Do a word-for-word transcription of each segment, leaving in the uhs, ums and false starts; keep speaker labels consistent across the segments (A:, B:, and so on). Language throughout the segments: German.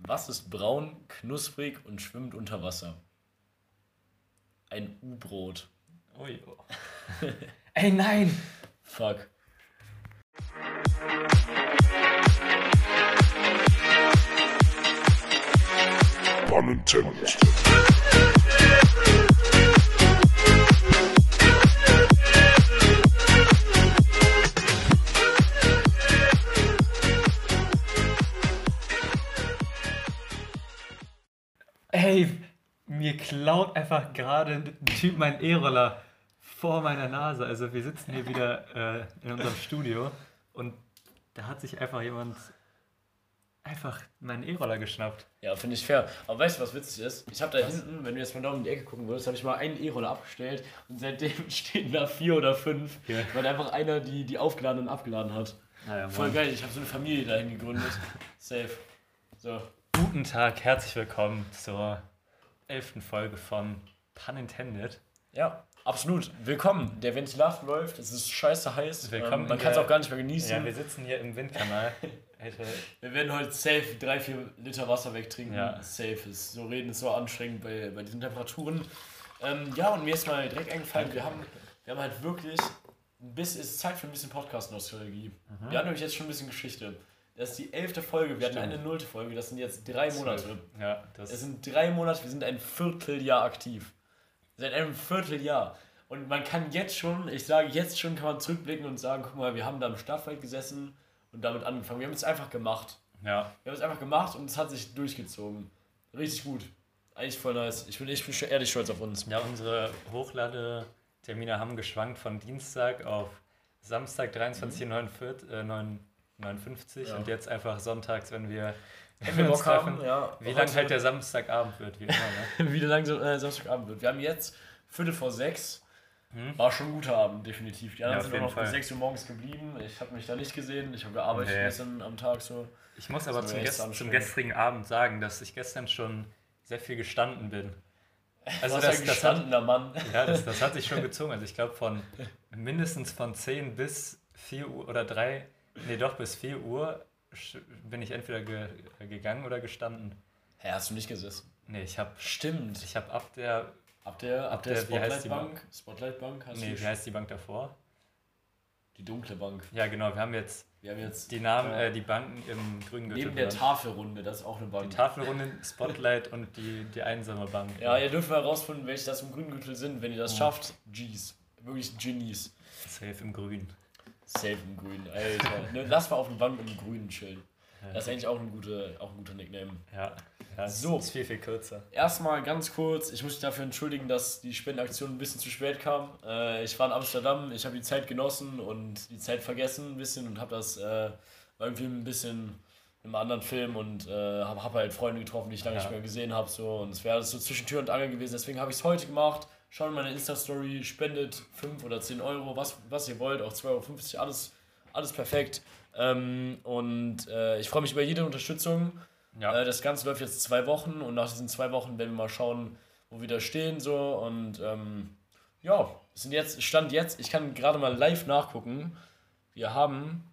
A: Was ist braun, knusprig und schwimmt unter Wasser? Ein U-Brot.
B: Oh, ey, nein!
A: Fuck.
C: Pun intended.
B: Ey, mir klaut einfach gerade ein Typ meinen E-Roller vor meiner Nase. Also wir sitzen hier wieder äh, in unserem Studio und da hat sich einfach jemand einfach meinen E-Roller geschnappt.
A: Ja, finde ich fair. Aber weißt du, was witzig ist? Ich habe da was? hinten, wenn du jetzt mal da um die Ecke gucken würdest, habe ich mal einen E-Roller abgestellt und seitdem stehen da vier oder fünf, ja. Weil einfach einer die, die aufgeladen und abgeladen hat. Ah ja, voll geil, ich habe so eine Familie dahin gegründet. Safe. So.
B: Guten Tag, herzlich willkommen zur elften Folge von Pun Intended.
A: Ja, absolut. Willkommen. Der Ventilator läuft, es ist scheiße heiß. Willkommen ähm, man kann es auch gar nicht mehr genießen.
B: Ja, wir sitzen hier im Windkanal.
A: Wir werden heute safe drei, vier Liter Wasser wegtrinken. Ja. Safe ist. So reden ist so anstrengend bei, bei diesen Temperaturen. Ähm, ja, und mir ist mal direkt eingefallen, wir haben, wir haben halt wirklich ein bisschen, es ist Zeit für ein bisschen Podcast-Nostalgie. Mhm. Wir haben nämlich jetzt schon ein bisschen Geschichte. Das ist die elfte Folge, wir Stimmt. hatten eine nullte Folge, das sind jetzt drei Monate.
B: Ja, das
A: es sind drei Monate, wir sind ein Vierteljahr aktiv. Seit einem Vierteljahr. Und man kann jetzt schon, ich sage jetzt schon, kann man zurückblicken und sagen, guck mal, wir haben da im Stadtwald gesessen und damit angefangen. Wir haben es einfach gemacht.
B: Ja.
A: Wir haben es einfach gemacht und es hat sich durchgezogen. Richtig gut. Eigentlich voll nice. Ich bin, ich bin schon ehrlich stolz auf uns.
B: Ja, unsere Hochladetermine haben geschwankt von Dienstag auf Samstag dreiundzwanzig Uhr neunundfünfzig ja. Und jetzt einfach sonntags, wenn wir,
A: wenn wir uns treffen, haben, ja.
B: Wie lang halt der Samstagabend wird, wie immer. Ne?
A: Wie lang so, äh, Samstagabend wird. Wir haben jetzt Viertel vor sechs. Hm? War schon ein guter Abend, definitiv. Die anderen ja, sind auch noch bis sechs Uhr morgens geblieben. Ich habe mich da nicht gesehen. Ich habe gearbeitet nee. gestern am Tag so.
B: Ich muss aber zum, gest- zum gestrigen Abend sagen, dass ich gestern schon sehr viel gestanden bin.
A: Also das, ein gestandener
B: das hat, Mann. Ja, das, das hat sich schon gezogen. Also ich glaube von mindestens von zehn bis vier Uhr oder drei, nee doch bis vier Uhr bin ich entweder ge- gegangen oder gestanden.
A: Hä, hast du nicht gesessen?
B: Nee, ich habe...
A: Stimmt.
B: Ich habe ab der...
A: Ab der, ab, ab der, der Spotlight-Bank?
B: Spotlight-Bank hast nee, wie heißt die Bank davor?
A: Die dunkle Bank.
B: Ja, genau. Wir haben jetzt,
A: wir haben jetzt
B: die Namen, äh, die Banken im grünen Gürtel.
A: Neben der Tafelrunde, das ist auch eine Bank.
B: Die Tafelrunde, Spotlight und die, die einsame Bank.
A: Ja, ihr dürft mal herausfinden, welche das im grünen Gürtel sind. Wenn ihr das oh. schafft, G's. Wirklich Genies.
B: Safe im Grün.
A: Safe im Grün, Alter. Lass mal auf der Bank im Grünen chillen. Das ist eigentlich auch ein, gute, auch ein guter Nickname.
B: Ja, ja
A: so.
B: Ist viel, viel kürzer.
A: Erstmal ganz kurz, ich muss mich dafür entschuldigen, dass die Spendenaktion ein bisschen zu spät kam. Äh, ich war in Amsterdam, ich habe die Zeit genossen und die Zeit vergessen ein bisschen und habe das äh, irgendwie ein bisschen in einem anderen Film und äh, habe hab halt Freunde getroffen, die ich lange ja. nicht mehr gesehen habe. So, und es wäre alles so zwischen Tür und Angel gewesen, deswegen habe ich es heute gemacht. Schaut in meine Insta-Story, spendet fünf oder zehn Euro, was, was ihr wollt, auch zwei Euro fünfzig, alles, alles perfekt. Ähm, und äh, ich freue mich über jede Unterstützung. Ja. Äh, das Ganze läuft jetzt zwei Wochen und nach diesen zwei Wochen werden wir mal schauen, wo wir da stehen. So. Und ähm, ja, es sind jetzt, Stand jetzt, ich kann gerade mal live nachgucken. Wir haben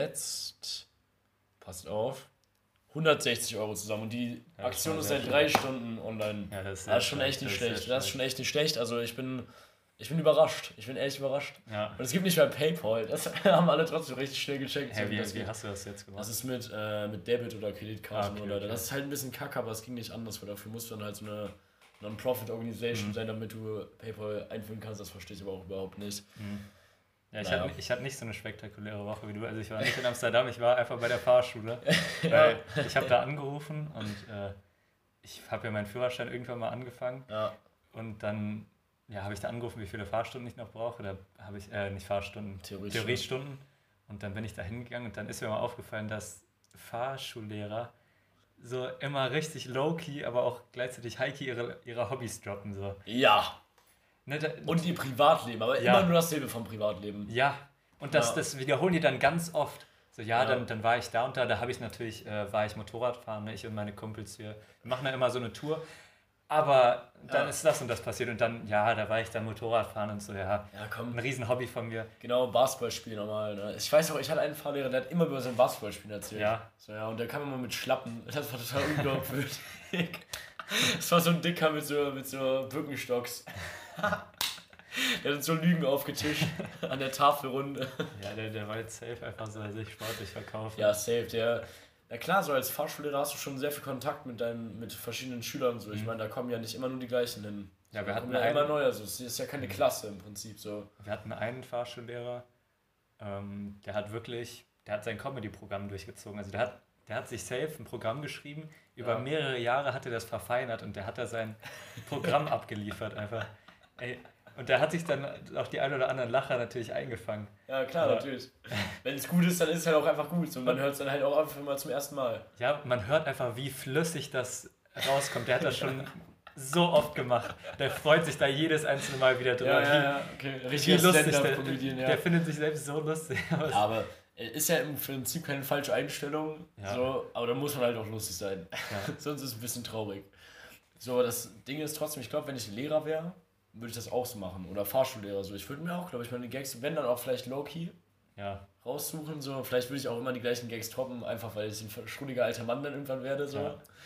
A: jetzt, passt auf, hundertsechzig Euro zusammen. Und die ja, Aktion ist seit drei Stunden online. Ja, das ist, das ist schon echt nicht schlecht. Das ist schon echt nicht schlecht. Also ich bin... Ich bin überrascht. Ich bin ehrlich überrascht.
B: Ja.
A: Und es gibt nicht mehr PayPal. Das haben alle trotzdem richtig schnell gecheckt.
B: Hey, wie,
A: das
B: wie hast du das jetzt gemacht?
A: Das ist mit, äh, mit Debit- oder Kreditkarten. Ah, okay, oder okay. Das ist halt ein bisschen kacke, aber es ging nicht anders. Weil dafür musst du dann halt so eine Non-Profit-Organisation mhm. sein, damit du PayPal einführen kannst. Das verstehe ich aber auch überhaupt nicht.
B: Mhm. Ja, ich, naja. hatte, ich hatte nicht so eine spektakuläre Woche wie du. Also ich war nicht in Amsterdam, ich war einfach bei der Fahrschule. ja. Weil ich habe da angerufen und äh, ich habe ja meinen Führerschein irgendwann mal angefangen.
A: Ja.
B: Und dann... Ja, habe ich da angerufen, wie viele Fahrstunden ich noch brauche. Da habe ich, äh, nicht Fahrstunden,
A: Theoriestunden.
B: Theoriestunden. Und dann bin ich da hingegangen und dann ist mir mal aufgefallen, dass Fahrschullehrer so immer richtig low-key, aber auch gleichzeitig high-key ihre, ihre Hobbys droppen. So.
A: Ja.
B: Ne, da,
A: und ihr Privatleben, aber ja. immer nur dasselbe vom Privatleben.
B: Ja, und das, ja. das wiederholen die dann ganz oft. So, ja, ja. Dann, dann war ich da und da, da habe ich natürlich, äh, war ich Motorradfahren, ne? Ich und meine Kumpels, wir machen da immer so eine Tour. aber dann
A: Ja.
B: ist das und das passiert und dann, ja, da war ich dann Motorradfahren und so, ja.
A: Ja, komm.
B: Ein riesen Hobby von mir.
A: Genau, Basketballspielen normal. Ne? Ich weiß auch, ich hatte einen Fahrlehrer, der hat immer über sein Basketballspielen erzählt.
B: Ja.
A: So, ja, und der kam immer mit Schlappen. Das war total unglaubwürdig. Das war so ein Dicker mit so, mit so Birkenstocks. Der hat so Lügen aufgetischt an der Tafelrunde.
B: Ja, der, der war jetzt safe einfach so sich sportlich verkaufen.
A: Ja, safe. Der, na klar, so als Fahrschullehrer hast du schon sehr viel Kontakt mit deinen, mit verschiedenen Schülern und so. Ich
B: Mhm.
A: meine, da kommen ja nicht immer nur die gleichen hin.
B: Ja, wir
A: Da
B: hatten
A: kommen ja
B: einen-
A: immer neue. Also, es ist ja keine Klasse im Prinzip so.
B: Wir hatten einen Fahrschullehrer, ähm, der hat wirklich, der hat sein Comedy-Programm durchgezogen. Also der hat, der hat sich safe ein Programm geschrieben, über
A: Ja.
B: mehrere Jahre hat er das verfeinert und der hat da sein Programm abgeliefert einfach. Ey, und der hat sich dann auch die ein oder anderen Lacher natürlich eingefangen.
A: Ja, klar,
B: Aber-
A: natürlich. Wenn es gut ist, dann ist es halt auch einfach gut. Und man hört es dann halt auch einfach mal zum ersten Mal.
B: Ja, man hört einfach, wie flüssig das rauskommt. Der hat das schon so oft gemacht. Der freut sich da jedes einzelne Mal wieder drüber.
A: ja, okay.
B: Wie, wie
A: Richtiger
B: lustig der,
A: Stand-Up-Comedian, ja.
B: der findet sich selbst so lustig aus.
A: Ja, aber äh, ist ja im Prinzip keine falsche Einstellung.
B: Ja.
A: So, aber da muss man halt auch lustig sein.
B: Ja.
A: Sonst ist es ein bisschen traurig. So, aber das Ding ist trotzdem, ich glaube, wenn ich Lehrer wäre, würde ich das auch so machen. Oder Fahrschullehrer so. Ich würde mir auch, glaube ich, meine Gags, wenn dann auch vielleicht low-key,
B: Ja,
A: raussuchen. So. Vielleicht würde ich auch immer die gleichen Gags toppen, einfach weil ich ein schrulliger alter Mann dann irgendwann werde. So.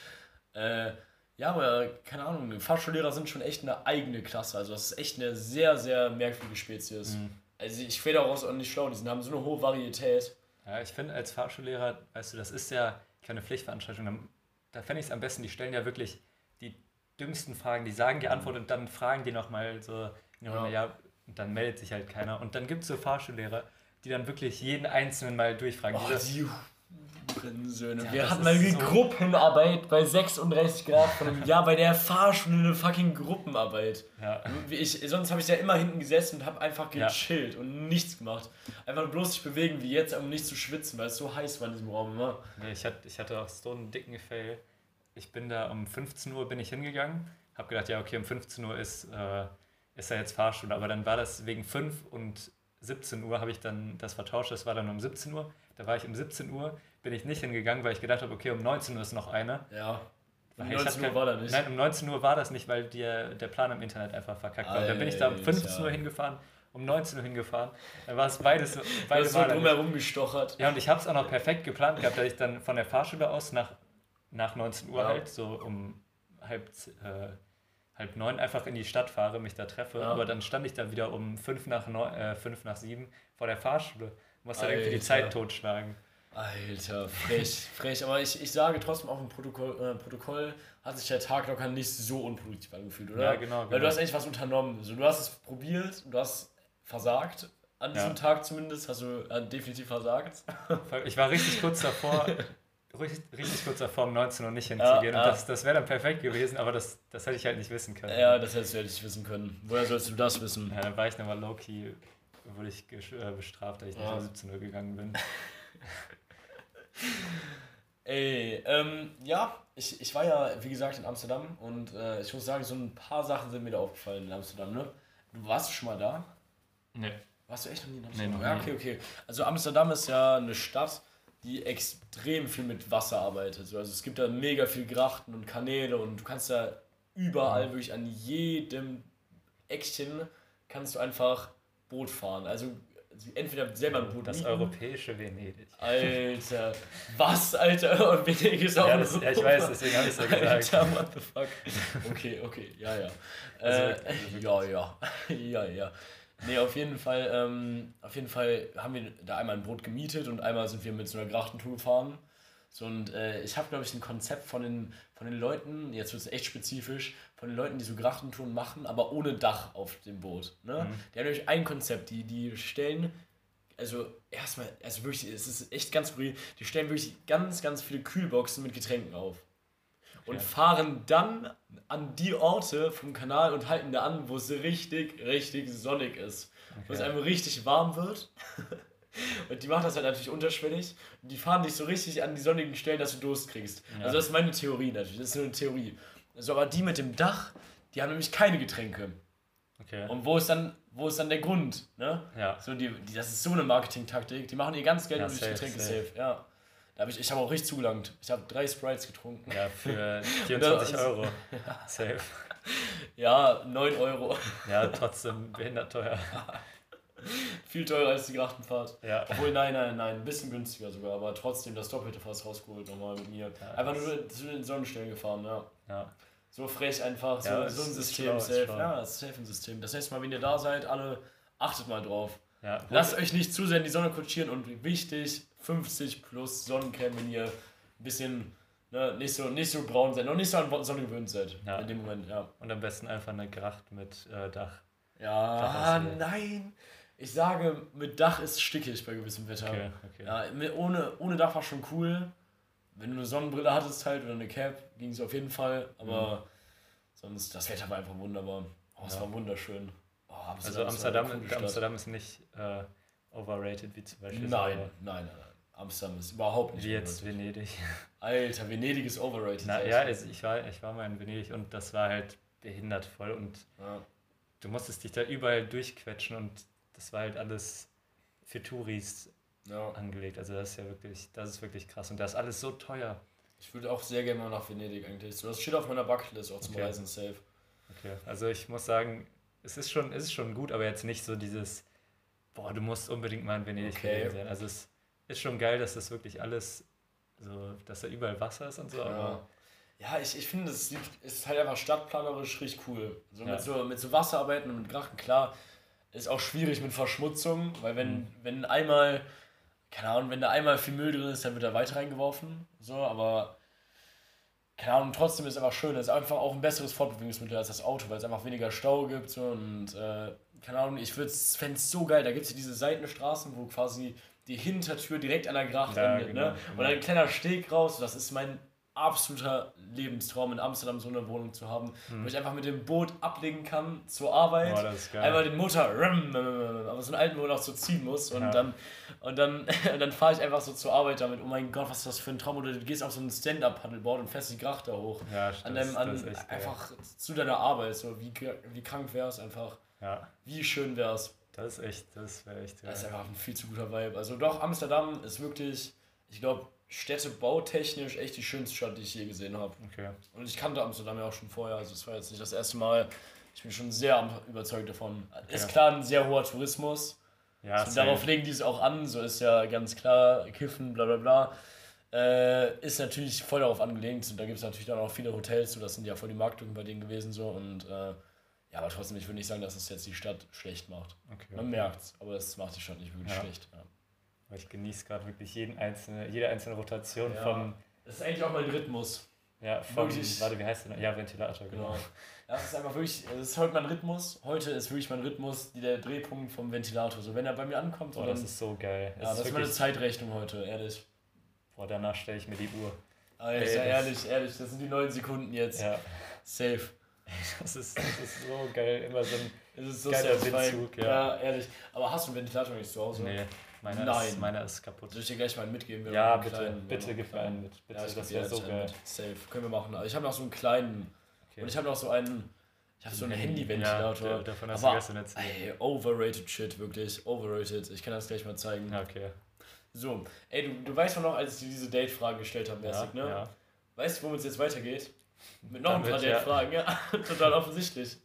B: Ja.
A: Äh, ja, aber keine Ahnung, Fahrschullehrer sind schon echt eine eigene Klasse. Also das ist echt eine sehr, sehr merkwürdige Spezies.
B: Mhm.
A: Also ich werde daraus auch nicht schlau, die sind, haben so eine hohe Varietät.
B: ja ich finde als Fahrschullehrer, weißt du, das ist ja keine Pflichtveranstaltung. Da, da fände ich es am besten, die stellen ja wirklich die dümmsten Fragen, die sagen die Antwort und dann fragen die nochmal so, ja. ja, und dann meldet sich halt keiner. Und dann gibt es so Fahrschullehrer, die dann wirklich jeden Einzelnen mal durchfragen.
A: Oh,
B: Diese-
A: die Söhne.
B: Ja,
A: Wir
B: das
A: hatten
B: ist
A: mal eine
B: so-
A: Gruppenarbeit bei sechsunddreißig Grad von einem Jahr bei der Fahrschule, eine fucking Gruppenarbeit.
B: ja.
A: Ich, sonst habe ich ja immer hinten gesessen und habe einfach
B: Ja.
A: gechillt und nichts gemacht. Einfach nur bloß sich bewegen wie jetzt, um nicht zu schwitzen, weil es so heiß war in diesem Raum immer.
B: Nee, ich, hatte, ich hatte auch so einen dicken Fail. Ich bin da um fünfzehn Uhr bin ich hingegangen, habe gedacht, ja okay, um fünfzehn Uhr ist, äh, ist da jetzt Fahrschule, aber dann war das wegen fünf und siebzehn Uhr habe ich dann das vertauscht, das war dann um siebzehn Uhr. Da war ich um siebzehn Uhr, bin ich nicht hingegangen, weil ich gedacht habe, okay, um neunzehn Uhr ist noch eine.
A: Ja. Um
B: Weil ich
A: neunzehn
B: hatte
A: Uhr war da nicht.
B: Nein, um neunzehn Uhr war das nicht, weil der, der Plan im Internet einfach verkackt war. Und dann bin ich da um
A: Alter.
B: fünfzehn Uhr hingefahren, um neunzehn Uhr hingefahren. Dann war es beides,
A: Du
B: beide
A: hast so
B: Male nicht.
A: drumherum gestochert.
B: Ja, und ich habe es auch noch perfekt geplant gehabt, dass ich dann von der Fahrschule aus nach, nach neunzehn Uhr
A: Ja.
B: halt, so um halb, z- äh, halb neun einfach in die Stadt fahre, mich da treffe.
A: Ja.
B: Aber dann stand ich da wieder um fünf nach, neun, äh, fünf nach sieben vor der Fahrschule. Musste dann irgendwie die
A: Alter.
B: Zeit totschlagen.
A: Alter, frech, frech. Aber ich, ich sage trotzdem auch im Protokoll, äh, Protokoll hat sich der Tag locker nicht so unproduktiv angefühlt, oder?
B: Ja, genau,
A: Weil
B: genau.
A: du hast echt was unternommen. So, du hast es probiert, du hast versagt. An diesem
B: Ja.
A: Tag zumindest hast du äh, definitiv versagt.
B: Ich war richtig kurz davor, richtig, richtig kurz davor, um neunzehn Uhr nicht hinzugehen.
A: Ja,
B: und
A: ja.
B: das, das wäre dann perfekt gewesen, aber das, das hätte ich halt nicht wissen können.
A: Ja, das hättest du ja nicht wissen können. Woher sollst du das wissen?
B: Ja, dann war ich nochmal low-key, wurde ich gesch- äh, bestraft, dass ich nicht
A: Ja.
B: um siebzehn Uhr gegangen bin.
A: Ey, ähm, ja, ich, ich war ja, wie gesagt, in Amsterdam und äh, ich muss sagen, so ein paar Sachen sind mir da aufgefallen in Amsterdam, ne? Du warst schon mal da?
B: Nee.
A: Warst du echt noch nie in Amsterdam?
B: Nee, noch
A: ja,
B: nie.
A: okay, okay. Also Amsterdam ist ja eine Stadt, die extrem viel mit Wasser arbeitet. So, also es gibt da mega viel Grachten und Kanäle und du kannst da überall, wirklich an jedem Eckchen, kannst du einfach Boot fahren. Also entweder selber ein Boot
B: Das
A: mieten.
B: europäische Venedig.
A: Alter, was, Alter? Und Venedig ist auch
B: Ja,
A: in
B: das, ja, ich weiß, deswegen habe ich es ja gesagt.
A: Alter, what the fuck. Okay, okay, ja, ja.
B: Also,
A: Äh,
B: also
A: ja, ja. Ja, ja. Nee, auf jeden Fall, ähm, auf jeden Fall haben wir da einmal ein Boot gemietet und einmal sind wir mit so einer Grachtentour gefahren. So, und äh, ich habe, glaube ich, ein Konzept von den, von den Leuten, jetzt wird es echt spezifisch, von den Leuten, die so Grachtentouren machen, aber ohne Dach auf dem Boot. Ne?
B: Mhm.
A: Die haben nämlich ein Konzept, die, die stellen, also erstmal, also wirklich, es ist echt ganz skurril, die stellen wirklich ganz, ganz viele Kühlboxen mit Getränken auf. Und
B: Okay.
A: fahren dann an die Orte vom Kanal und halten da an, wo es richtig, richtig sonnig ist. Wo es
B: Okay.
A: einem richtig warm wird. Und die machen das halt natürlich unterschwellig. Und die fahren dich so richtig an die sonnigen Stellen, dass du Durst kriegst.
B: Ja.
A: Also das ist meine Theorie natürlich, das ist nur eine Theorie. Also aber die mit dem Dach, die haben nämlich keine Getränke.
B: Okay.
A: Und wo ist dann, wo ist dann der Grund? Ne?
B: Ja.
A: So die, die, das ist so eine Marketingtaktik. Die machen ihr ganz Geld
B: Ja,
A: um die
B: safe,
A: Getränke
B: safe.
A: safe. Ja. Da hab ich ich habe auch richtig zugelangt. Ich habe drei Sprites getrunken.
B: Ja, für vierundzwanzig Euro. Safe.
A: Ja, neun Euro.
B: Ja, trotzdem behindert teuer.
A: Viel teurer als die Grachtenfahrt.
B: Ja.
A: Obwohl, nein, nein, nein, ein bisschen günstiger sogar, aber trotzdem das Doppelte fast rausgeholt nochmal mit mir.
B: Ja,
A: Einfach nur zu den Sonnenstellen gefahren, ja.
B: Ja.
A: So frech einfach, so,
B: Ja,
A: so ein
B: es ist
A: System,
B: schlau, ist
A: safe.
B: schlau.
A: Ja, das ist safe ein System. Das nächste Mal, wenn ihr da seid, alle achtet mal drauf.
B: Ja.
A: Lasst euch nicht zu sehr in die Sonne kutschieren und wichtig, fünfzig plus Sonnencreme, wenn ihr ein bisschen ne, nicht, so, nicht so braun seid, noch nicht so an Sonne gewöhnt seid.
B: Ja.
A: In dem Moment, ja.
B: Und am besten einfach eine Gracht mit äh, Dach.
A: Ja,
B: Dachauslinie.
A: nein. Ich sage, mit Dach ist stickig bei gewissem Wetter.
B: Okay, okay.
A: Ja, mit, ohne, ohne Dach war schon cool. Wenn du eine Sonnenbrille hattest halt oder eine Cap, ging es auf jeden Fall. Aber mhm. sonst, das Wetter war einfach wunderbar. Oh, es
B: ja.
A: war wunderschön. Oh, Amsterdam
B: also Amsterdam, ist Amsterdam ist nicht äh, overrated wie zum Beispiel.
A: Nein, nein, nein, nein. Amsterdam ist überhaupt nicht
B: wie jetzt
A: overrated.
B: Venedig.
A: Alter, Venedig ist overrated.
B: Na, ja, also ich, war, ich war mal in Venedig und das war halt behindert voll und
A: ja.
B: du musstest dich da überall durchquetschen und das war halt alles für Touris
A: ja.
B: angelegt. Also das ist ja wirklich, das ist wirklich krass und das ist alles so teuer.
A: Ich würde auch sehr gerne mal nach Venedig eigentlich. So, das steht auf meiner Bucketlist auch zum
B: okay.
A: Reisen safe.
B: Okay, also ich muss sagen, es ist schon, es ist schon gut, aber jetzt nicht so dieses, boah, du musst unbedingt mal in Venedig
A: okay.
B: gewesen sein. Also es ist schon geil, dass das wirklich alles so, dass da überall Wasser ist und so,
A: ja.
B: aber
A: ja, ich, ich finde, es ist halt einfach stadtplanerisch richtig cool. So,
B: ja.
A: mit, so mit so Wasserarbeiten und mit Grachten, klar, ist auch schwierig mit Verschmutzung, weil wenn, mhm. wenn einmal, keine Ahnung, wenn da einmal viel Müll drin ist, dann wird er weiter reingeworfen. So, aber keine Ahnung, trotzdem ist es einfach schön. Es ist einfach auch ein besseres Fortbewegungsmittel als das Auto, weil es einfach weniger Stau gibt. So, und äh, keine Ahnung, ich fände es so geil. Da gibt es ja diese Seitenstraßen, wo quasi die Hintertür direkt an der Gracht
B: ja,
A: endet.
B: genau,
A: Ne?
B: genau.
A: Und dann ein kleiner Steg raus. Das ist mein absoluter Lebenstraum, in Amsterdam so eine Wohnung zu haben, hm. wo ich einfach mit dem Boot ablegen kann zur Arbeit.
B: Oh, das ist geil.
A: Einmal den Motor, aber so einen alten, wo man auch so ziehen muss. Und
B: ja.
A: dann, und dann, dann fahre ich einfach so zur Arbeit damit. Oh mein Gott, was ist das für ein Traum? Oder du gehst auf so ein Stand-Up-Paddleboard und fährst die Gracht da hoch.
B: Ja,
A: an deinem, an,
B: das ist echt geil.
A: einfach zu deiner Arbeit. So, wie, wie krank wäre es einfach.
B: Ja.
A: Wie schön wäre es.
B: Das ist echt, das wäre echt geil.
A: Das ist einfach ein viel zu guter Vibe. Also doch, Amsterdam ist wirklich, ich glaube, städtebautechnisch echt die schönste Stadt, die ich je gesehen habe.
B: Okay.
A: Und ich kannte Amsterdam ja auch schon vorher, also es war jetzt nicht das erste Mal. Ich bin schon sehr überzeugt davon. Okay. Ist klar ein sehr hoher Tourismus.
B: Ja,
A: so, darauf legen die es auch an, so ist ja ganz klar, Kiffen, bla bla bla. Äh, ist natürlich voll darauf angelegt. Und da gibt es natürlich dann auch viele Hotels, so, das sind ja voll die Marktlücken bei denen gewesen. So, und äh, ja, aber trotzdem, ich würde nicht sagen, dass es jetzt die Stadt schlecht macht.
B: Okay,
A: Man
B: okay.
A: merkt es, aber es macht die Stadt nicht wirklich
B: ja.
A: schlecht. Ja.
B: Weil ich genieße gerade wirklich jeden einzelne, jede einzelne Rotation
A: ja.
B: vom...
A: Das ist eigentlich auch mein Rhythmus.
B: Ja, vom...
A: Wirklich.
B: Warte, wie heißt der noch? Ja, Ventilator, genau.
A: genau. Das ist einfach wirklich... Das ist heute mein Rhythmus. Heute ist wirklich mein Rhythmus, der Drehpunkt vom Ventilator. So, wenn er bei mir ankommt...
B: Boah,
A: dann,
B: das ist so geil.
A: Ja, das, das ist meine Zeitrechnung heute, ehrlich.
B: Boah, danach stelle ich mir die Uhr.
A: Alter, Ey, ehrlich, ehrlich. Das sind die neun Sekunden jetzt.
B: Ja.
A: Safe.
B: Das ist, das ist so geil. Immer so ein
A: das ist so
B: geiler Windzug.
A: Ja. ja, ehrlich. Aber hast du einen Ventilator nicht zu Hause?
B: Nee. Meiner
A: Nein.
B: Ist, meiner ist kaputt.
A: Soll ich dir gleich mal einen mitgeben?
B: Ja,
A: einen
B: bitte,
A: kleinen,
B: bitte gib mir einen mit. Bitte,
A: ja,
B: das wäre so geil.
A: Safe, können wir machen. Also ich habe noch so einen kleinen okay. und ich habe noch so einen, ich habe so einen Handy-Ventilator.
B: Ja, davon hast
A: aber,
B: du gestern erzählt.
A: Ey, overrated shit, wirklich, overrated. Ich kann das gleich mal zeigen.
B: Ja, okay.
A: So, ey, du, du weißt noch, als ich dir diese Date-Fragen gestellt habe, mäßig,
B: ja,
A: ne?
B: Ja.
A: Weißt du, womit es jetzt weitergeht? Mit noch
B: Damit,
A: ein paar Date-Fragen, ja. ja. Total offensichtlich.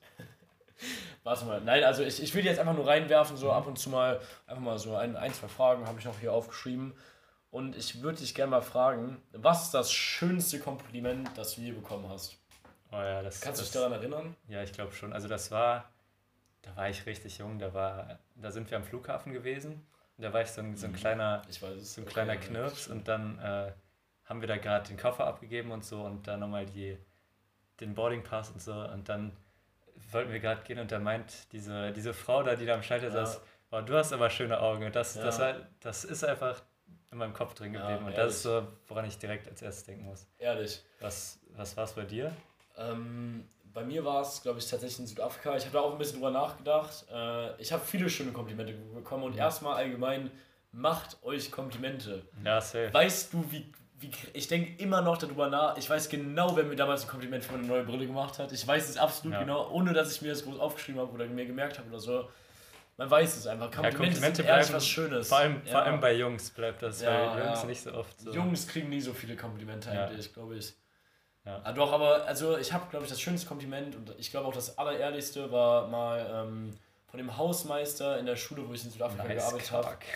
A: Warte mal, nein, also ich, ich will jetzt einfach nur reinwerfen, so ab und zu mal, einfach mal so ein, ein zwei Fragen habe ich noch hier aufgeschrieben. Und ich würde dich gerne mal fragen, was ist das schönste Kompliment, das du je bekommen hast?
B: Oh ja, das,
A: Kannst du
B: das,
A: dich daran erinnern?
B: Ja, ich glaube schon. Also das war, da war ich richtig jung, da war, da sind wir am Flughafen gewesen. Und da war ich so ein, so ein kleiner,
A: ich weiß es,
B: so ein
A: okay,
B: kleiner
A: ja,
B: Knirps und dann äh, haben wir da gerade den Koffer abgegeben und so und dann nochmal die, den Boarding Pass und so und dann wollten wir gerade gehen und da meint diese, diese Frau da, die da am Schalter ja. saß, oh, du hast aber schöne Augen und das, ja. das, war, das ist einfach in meinem Kopf drin geblieben ja, und das ist so, woran ich direkt als erstes denken muss.
A: Ehrlich.
B: Was, was war es bei dir?
A: Ähm, bei mir war es, glaube ich, tatsächlich in Südafrika. Ich habe da auch ein bisschen drüber nachgedacht. Äh, ich habe viele schöne Komplimente bekommen und mhm. erstmal allgemein, macht euch Komplimente.
B: Ja, safe.
A: Weißt du, wie, wie ich denke immer noch darüber nach, ich weiß genau, wer mir damals ein Kompliment für meine neue Brille gemacht hat. Ich weiß es absolut
B: ja.
A: genau, ohne dass ich mir das groß aufgeschrieben habe oder mir gemerkt habe oder so. man weiß es einfach.
B: Ja,
A: Komplimente,
B: Komplimente
A: sind ehrlich
B: bleiben
A: was Schönes.
B: Vor allem,
A: ja.
B: vor allem bei Jungs bleibt das,
A: Ja,
B: weil Jungs
A: ja.
B: nicht so oft so.
A: Jungs kriegen nie so viele Komplimente
B: Ja.
A: eigentlich, glaube ich.
B: Ja.
A: Ah, doch, aber also ich habe, glaube ich, das schönste Kompliment und ich glaube auch das allerehrlichste war mal ähm, von dem Hausmeister in der Schule, wo ich in Südafrika
B: Nice
A: gearbeitet habe.
B: Cock.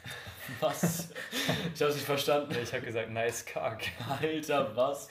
A: Was? Ich habe es nicht verstanden.
B: Nee, ich habe gesagt, nice Cock.
A: Alter, was?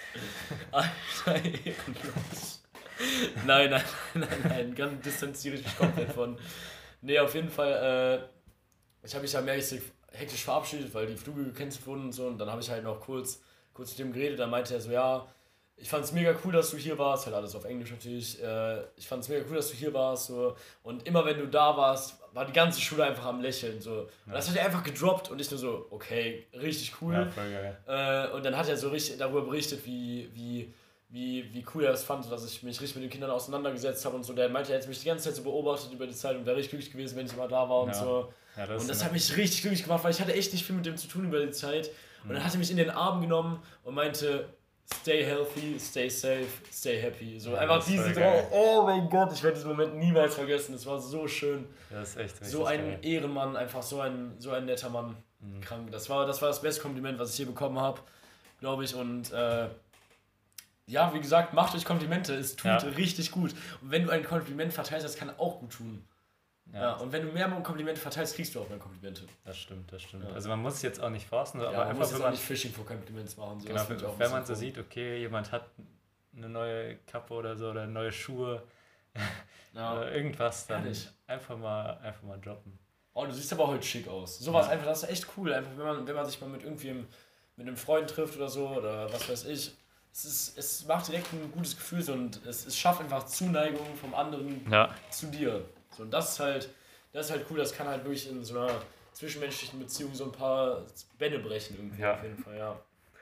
A: Alter, ehrenlos. Nein, nein, nein, nein, ganz distanziere ich mich komplett von. Nee, auf jeden Fall, äh, ich habe mich ja mehr hektisch verabschiedet, weil die Flüge gecancelt wurden und so. Und dann habe ich halt noch kurz, kurz mit dem geredet. Dann meinte er so, ja, ich fand es mega cool, dass du hier warst. Halt alles auf Englisch natürlich. Äh, ich fand es mega cool, dass du hier warst. So. Und immer wenn du da warst, war die ganze Schule einfach am Lächeln. So. Und
B: Ja.
A: das hat er einfach gedroppt und ich nur so, okay, richtig cool.
B: Ja, voll geil.
A: Äh, und dann hat er so richtig darüber berichtet, wie, wie, wie, wie cool er es fand, dass ich mich richtig mit den Kindern auseinandergesetzt habe und so. Der meinte, er hätte mich die ganze Zeit so beobachtet über die Zeit und wäre richtig glücklich gewesen, wenn ich immer da war und
B: Ja.
A: so.
B: Ja, das
A: Und das
B: ist
A: hat mich richtig glücklich gemacht, weil ich hatte echt nicht viel mit dem zu tun über die Zeit. Und dann hat er mich in den Arm genommen und meinte, stay healthy, stay safe, stay happy. So
B: Ja,
A: einfach
B: das ist voll
A: diese
B: geil.
A: drei, oh mein Gott, ich werde diesen Moment niemals vergessen. Das war so schön.
B: das ist echt richtig
A: So ein
B: geil.
A: Ehrenmann, einfach so ein, so ein netter Mann.
B: Mhm.
A: Krank. Das war, das war das beste Kompliment, was ich hier bekommen habe, glaube ich. Und äh, ja, wie gesagt, macht euch Komplimente. Es tut
B: Ja.
A: richtig gut. Und wenn du ein Kompliment verteilst, das kann auch gut tun. Ja.
B: Ja,
A: Und wenn du mehr Komplimente verteilst, kriegst du auch mehr Komplimente.
B: das stimmt, das stimmt.
A: Ja.
B: Also man muss es jetzt auch nicht forcen, so,
A: Ja,
B: aber
A: man
B: einfach,
A: muss
B: wenn
A: jetzt auch
B: man,
A: nicht Fishing for Compliments machen. So,
B: genau,
A: das find ich auch ein
B: wenn man so
A: bisschen
B: sieht, okay, jemand hat eine neue Kappe oder so oder neue Schuhe
A: Ja.
B: oder irgendwas, dann
A: Ehrlich.
B: einfach mal, einfach mal droppen.
A: Oh, du siehst aber heute schick aus. Sowas
B: Ja.
A: einfach, das ist echt cool. Einfach, wenn man, wenn man sich mal mit irgendwem, mit einem Freund trifft oder so oder was weiß ich. Es, ist, es macht direkt ein gutes Gefühl so, und es, es schafft einfach Zuneigung vom anderen
B: Ja,
A: zu dir. So, und das ist halt, das ist halt cool, das kann halt wirklich in so einer zwischenmenschlichen Beziehung so ein paar Bände brechen irgendwie.
B: Ja.
A: Auf jeden Fall, ja.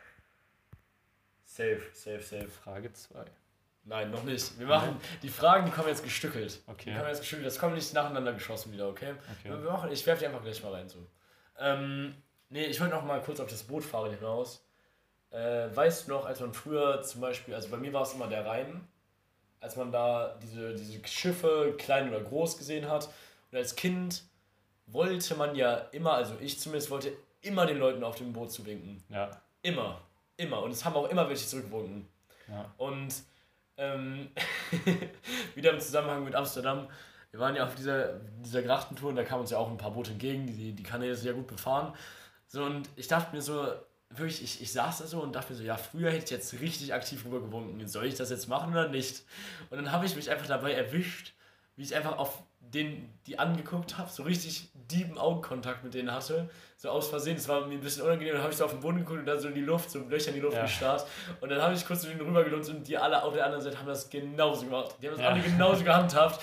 A: Safe, safe, safe.
B: Frage zwei.
A: Nein, noch nicht. Wir machen, die Fragen, die kommen jetzt gestückelt.
B: Okay.
A: Die kommen jetzt gestückelt, das kommt nicht nacheinander geschossen wieder, okay?
B: Okay.
A: Wir machen, ich werfe die einfach gleich mal rein, so. Ähm, nee, ich wollte noch mal kurz auf das Bootfahren hinaus. Äh, weißt du noch, als man früher zum Beispiel, also bei mir war es immer der Rhein, als man da diese, diese Schiffe, klein oder groß, gesehen hat. Und als Kind wollte man ja immer, also ich zumindest wollte immer den Leuten auf dem Boot zuwinken.
B: Ja,
A: Immer. Immer. Und es haben auch immer welche zurückgewunken.
B: ja.
A: Und ähm, wieder im Zusammenhang mit Amsterdam, wir waren ja auf dieser, dieser Grachtentour und da kamen uns ja auch ein paar Boote entgegen, die die Kanäle sehr gut befahren. So, und ich dachte mir so, wirklich, ich, ich saß da so und dachte mir so, ja, früher hätte ich jetzt richtig aktiv rübergewunken. Soll ich das jetzt machen oder nicht? Und dann habe ich mich einfach dabei erwischt, wie ich einfach auf den, die angeguckt habe, so richtig dieben Augenkontakt mit denen hatte, so aus Versehen, das war mir ein bisschen unangenehm, dann habe ich so auf den Boden geguckt und dann so in die Luft, so Löcher in die Luft
B: Ja.
A: gestarrt und dann habe ich kurz zu denen rübergelunzt und die alle auf der anderen Seite haben das genauso gemacht, die haben das
B: Ja.
A: alle genauso gehandhabt.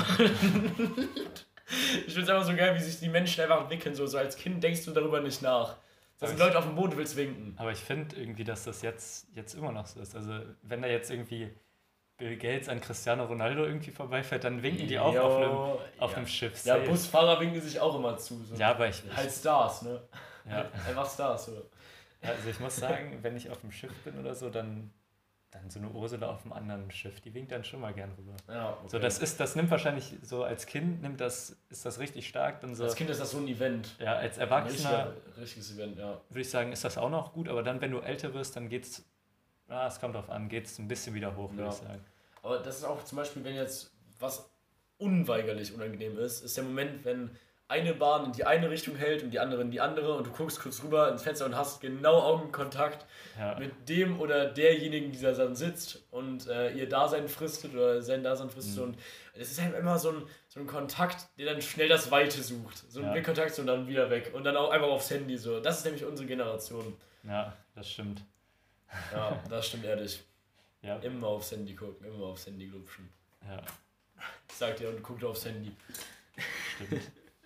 A: Ich finde es einfach so geil, wie sich die Menschen einfach entwickeln, so, so als Kind denkst du darüber nicht nach. Da sind
B: Aber ich-
A: Leute auf dem Boden, du willst winken.
B: Aber ich finde irgendwie, dass das jetzt, jetzt immer noch so ist. Also wenn da jetzt irgendwie Bill Gates an Cristiano Ronaldo irgendwie vorbeifährt, dann winken die auch
A: Jo,
B: auf einem, auf
A: ja.
B: einem Schiff.
A: Ja,
B: safe.
A: Busfahrer winken sich auch immer zu. So.
B: Ja, aber ich, ich,
A: Halt Stars, ne?
B: ja,
A: Einfach Stars, so.
B: ja, also ich muss sagen, wenn ich auf dem Schiff bin oder so, dann, dann so eine Ursula auf einem anderen Schiff, die winkt dann schon mal gern rüber.
A: Ja, okay.
B: So, das ist, das nimmt wahrscheinlich so als Kind, nimmt das, ist das richtig stark. Dann so,
A: Als Kind ist das so ein Event.
B: ja, als
A: Ein
B: Erwachsener
A: richtiger- richtiges Event, ja.
B: würde ich sagen, ist das auch noch gut, aber dann, wenn du älter wirst, dann geht's, ah, es kommt drauf an, geht's ein bisschen wieder hoch, würde
A: Ja.
B: ich sagen.
A: Aber das ist auch zum Beispiel, wenn jetzt was unweigerlich unangenehm ist, ist der Moment, wenn eine Bahn in die eine Richtung hält und die andere in die andere und du guckst kurz rüber ins Fenster und hast genau Augenkontakt
B: Ja,
A: mit dem oder derjenigen, die da dann sitzt und äh, ihr Dasein fristet oder sein Dasein fristet.
B: Mhm.
A: Und es ist halt immer so ein, so ein Kontakt, der dann schnell das Weite sucht. So ein
B: Ja.
A: Blickkontakt und dann wieder weg. Und dann auch einfach aufs Handy so. Das ist nämlich unsere Generation.
B: ja, das stimmt.
A: Ja, das stimmt ehrlich.
B: Ja,
A: Immer aufs Handy gucken, immer aufs Handy glupschen.
B: ja,
A: Ich sag dir und guckt aufs Handy.
B: stimmt.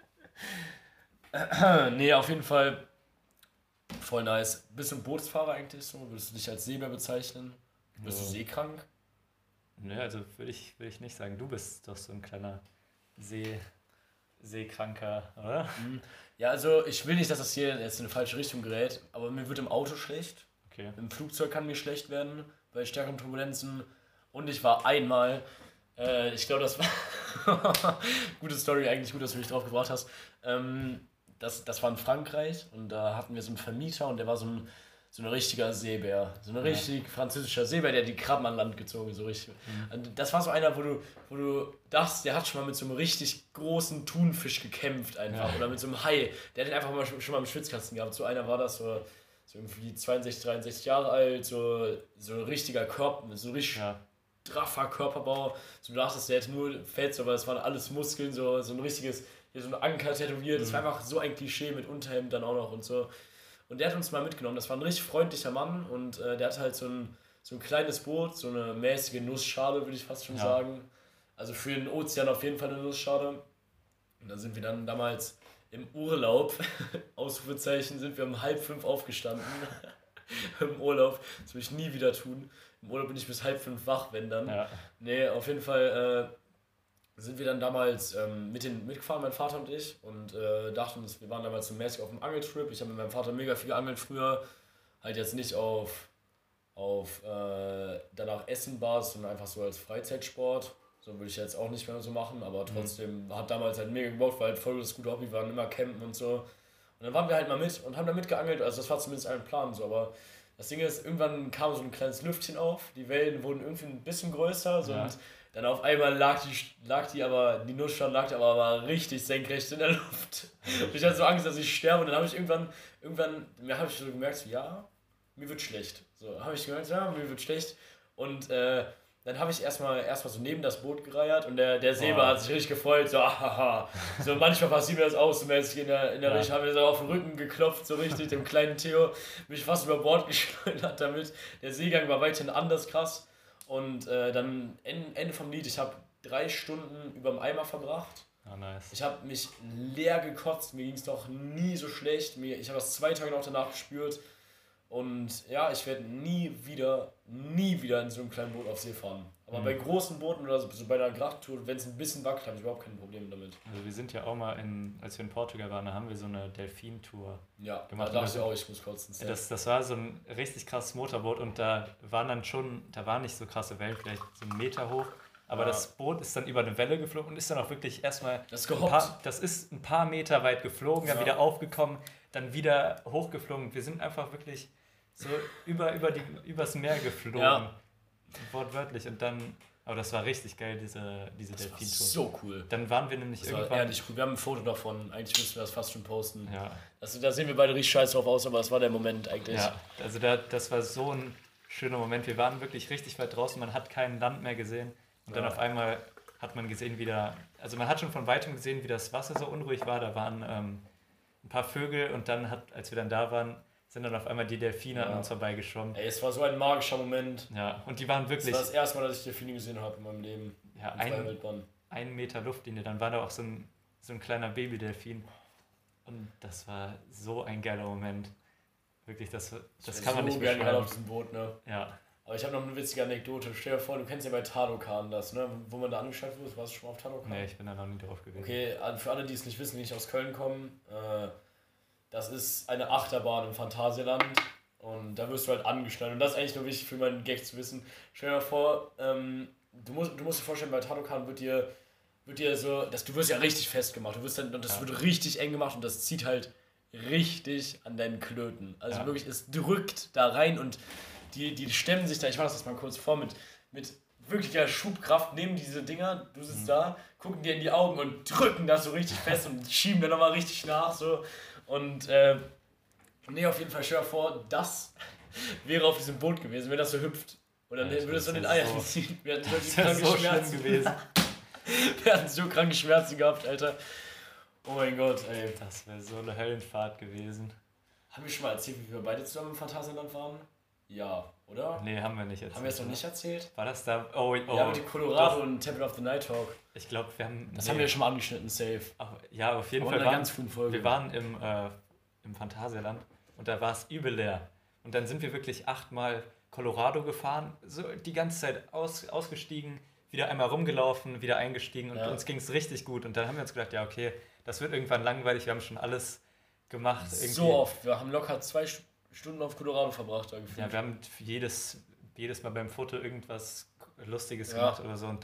A: Nee, auf jeden Fall voll nice. Bist du ein Bootsfahrer eigentlich so? Würdest du dich als Seebär bezeichnen? Bist du
B: Ja.
A: seekrank?
B: Ne, also würde ich, würd ich nicht sagen. Du bist doch so ein kleiner See, Seekranker, oder?
A: Mhm. Ja, also ich will nicht, dass das hier jetzt in eine falsche Richtung gerät, aber mir wird im Auto schlecht.
B: Okay.
A: Im Flugzeug kann mir schlecht werden, bei stärkeren Turbulenzen. Und ich war einmal, äh, ich glaube, das war, Gute Story, eigentlich gut, dass du mich drauf gebracht hast. Ähm, das, das war in Frankreich und da hatten wir so einen Vermieter und der war so ein, so ein richtiger Seebär. So ein richtig ja. französischer Seebär, der die Krabben an Land gezogen, so richtig. Mhm. Und das war so einer, wo du, wo du dachtest, der hat schon mal mit so einem richtig großen Thunfisch gekämpft einfach. Ja. Oder mit so einem Hai. Der hat den einfach mal, schon mal im Schwitzkasten gehabt. So einer war das, so, so irgendwie zweiundsechzig, dreiundsechzig Jahre alt, so, so ein richtiger Körper, so richtig ja. straffer Körperbau. So, du dachtest, der hätte nur Fett, aber es waren alles Muskeln, so, so ein richtiges, hier so ein Anker tätowiert. Mhm. Das war einfach so ein Klischee mit Unterhemd dann auch noch und so. Und der hat uns mal mitgenommen. Das war ein richtig freundlicher Mann und äh, der hat halt so ein, so ein kleines Boot, so eine mäßige Nussschale, würde ich fast schon ja. sagen. Also für den Ozean auf jeden Fall eine Nussschale. Und da sind wir dann damals im Urlaub, Ausrufezeichen, sind wir um halb fünf aufgestanden. Im Urlaub. Das will ich nie wieder tun. Im Urlaub bin ich bis halb fünf wach, wenn dann. Ja. Nee, auf jeden Fall äh, sind wir dann damals ähm, mit den, mitgefahren, mein Vater und ich, und äh, dachten uns, wir waren damals so mäßig auf einem Angeltrip. Ich habe mit meinem Vater mega viel geangelt früher. Halt jetzt nicht auf, auf äh, danach Essen-Basis, sondern einfach so als Freizeitsport. So würde ich jetzt auch nicht mehr so machen, aber trotzdem mhm. hat damals halt mega gebockt, weil halt voll das gute Hobby, wir waren immer campen und so. Und dann waren wir halt mal mit und haben da mitgeangelt, also das war zumindest ein Plan so, aber das Ding ist, irgendwann kam so ein kleines Lüftchen auf, die Wellen wurden irgendwie ein bisschen größer, so ja. und dann auf einmal lag die, lag die aber, die Nussschale lag aber, aber richtig senkrecht in der Luft. Und ich hatte so Angst, dass ich sterbe und dann habe ich irgendwann, irgendwann, mir habe ich so gemerkt, so, ja, mir wird schlecht. So, habe ich gemerkt, ja, mir wird schlecht. Und äh, dann habe ich erstmal erstmal so neben das Boot gereiert und der, der Seebär oh. hat sich richtig gefreut, so, ahaha. So, manchmal passiert mir das auch so mäßig in der, in der ja. Richtung, haben wir so auf den Rücken geklopft, so richtig, dem kleinen Theo, mich fast über Bord geschleudert damit. Der Seegang war weiterhin anders krass. Und äh, dann Ende vom Lied, ich habe drei Stunden über dem Eimer verbracht.
B: Oh, nice.
A: Ich habe mich leer gekotzt, mir ging es noch nie so schlecht. Mir, ich habe das zwei Tage noch danach gespürt. Und ja, ich werde nie wieder, nie wieder in so einem kleinen Boot auf See fahren. Aber mhm. bei großen Booten oder so, so bei einer Grachttour, wenn es ein bisschen wackelt, habe ich überhaupt kein Problem damit.
B: Also wir sind ja auch mal, in, als wir in Portugal waren, da haben wir so eine Delfin-Tour
A: ja, gemacht. Da dachte ich auch, ich muss kotzen.
B: Das, das war so ein richtig krasses Motorboot und da waren dann schon, da war nicht so krasse Wellen, vielleicht so einen Meter hoch. Aber ja. das Boot ist dann über eine Welle geflogen und ist dann auch wirklich erstmal,
A: das,
B: ein paar, das ist ein paar Meter weit geflogen, ja. dann wieder aufgekommen, dann wieder hochgeflogen. Wir sind einfach wirklich so über, über die, übers Meer geflogen, ja. wortwörtlich. Und dann, aber das war richtig geil, diese, diese Delfin-Tour.
A: So cool.
B: Dann waren wir nämlich
A: das
B: irgendwann...
A: War ehrlich cool. Wir haben ein Foto davon, eigentlich müssen wir das fast schon posten.
B: Ja.
A: Also, da sehen wir beide richtig scheiße drauf aus, aber das war der Moment eigentlich.
B: Ja, also da, das war so ein schöner Moment. Wir waren wirklich richtig weit draußen, man hat kein Land mehr gesehen. Und dann ja. auf einmal hat man gesehen, wie da... Also man hat schon von Weitem gesehen, wie das Wasser so unruhig war. Da waren ähm, ein paar Vögel und dann, hat, als wir dann da waren, sind dann auf einmal die Delfine ja. an uns vorbeigeschwommen.
A: Ey, es war so ein magischer Moment.
B: Ja, und die waren wirklich...
A: Das war das erste Mal, dass ich Delfine gesehen habe in meinem Leben.
B: Ja, ein, ein Meter Luftlinie. Dann war da auch so ein, so ein kleiner Babydelfin. Und das war so ein geiler Moment. Wirklich, das, das, das kann man so nicht beschreiben.
A: Geil auf diesem Boot, ne?
B: Ja.
A: Aber ich habe noch eine witzige Anekdote. Stell dir vor, du kennst ja bei Tardokan das, ne? Wo man da angeschaltet wurde. Warst du schon mal auf Tardokan?
B: Nee, ich bin da noch nie drauf gewesen.
A: Okay, für alle, die es nicht wissen, die nicht aus Köln kommen, äh, das ist eine Achterbahn im Phantasialand und da wirst du halt angeschnallt. Und das ist eigentlich nur wichtig für meinen Gag zu wissen. Stell dir mal vor, ähm, du, musst, du musst dir vorstellen, bei Tardokan wird dir, wird dir so, das, du wirst ja richtig festgemacht. Du wirst dann, und das ja. wird richtig eng gemacht und das zieht halt richtig an deinen Klöten. Also ja. wirklich, es drückt da rein und Die, die stemmen sich da, ich mache das mal kurz vor, mit, mit wirklicher Schubkraft, nehmen diese Dinger, du sitzt mhm. da, gucken dir in die Augen und drücken das so richtig fest und schieben dann nochmal richtig nach. So. Und äh, nee, auf jeden Fall, stell dir vor, das wäre auf diesem Boot gewesen, wenn das so hüpft. Und dann ja, würde es so in den Eiern so, ziehen. Wir hatten
B: so kranke so Schmerzen gewesen.
A: Wir hatten so kranke Schmerzen gehabt, Alter. Oh mein Gott, ey.
B: Das wäre so eine Höllenfahrt gewesen.
A: Haben wir schon mal erzählt, wie wir beide zusammen im Phantasialand waren? Ja, oder?
B: Nee, haben wir nicht erzählt.
A: Haben wir es noch nicht erzählt?
B: War das da? Oh, oh.
A: Ja, mit dem Colorado doch. Und Temple of the Night Talk.
B: Ich glaube, wir haben...
A: Das
B: nee.
A: haben wir ja schon mal angeschnitten, safe.
B: Ach, ja, auf jeden
A: Aber
B: Fall.
A: In einer ganz frühen Folge.
B: Wir waren im, äh, im Phantasialand und da war es übel leer. Und dann sind wir wirklich achtmal Colorado gefahren, so die ganze Zeit aus, ausgestiegen, wieder einmal rumgelaufen, wieder eingestiegen und ja. uns ging es richtig gut. Und dann haben wir uns gedacht, ja okay, das wird irgendwann langweilig, wir haben schon alles gemacht.
A: Irgendwie. So oft, wir haben locker zwei Stunden auf Colorado verbracht. Da gefühlt.
B: Ja, wir haben jedes, jedes Mal beim Foto irgendwas Lustiges ja. gemacht oder so. Und dann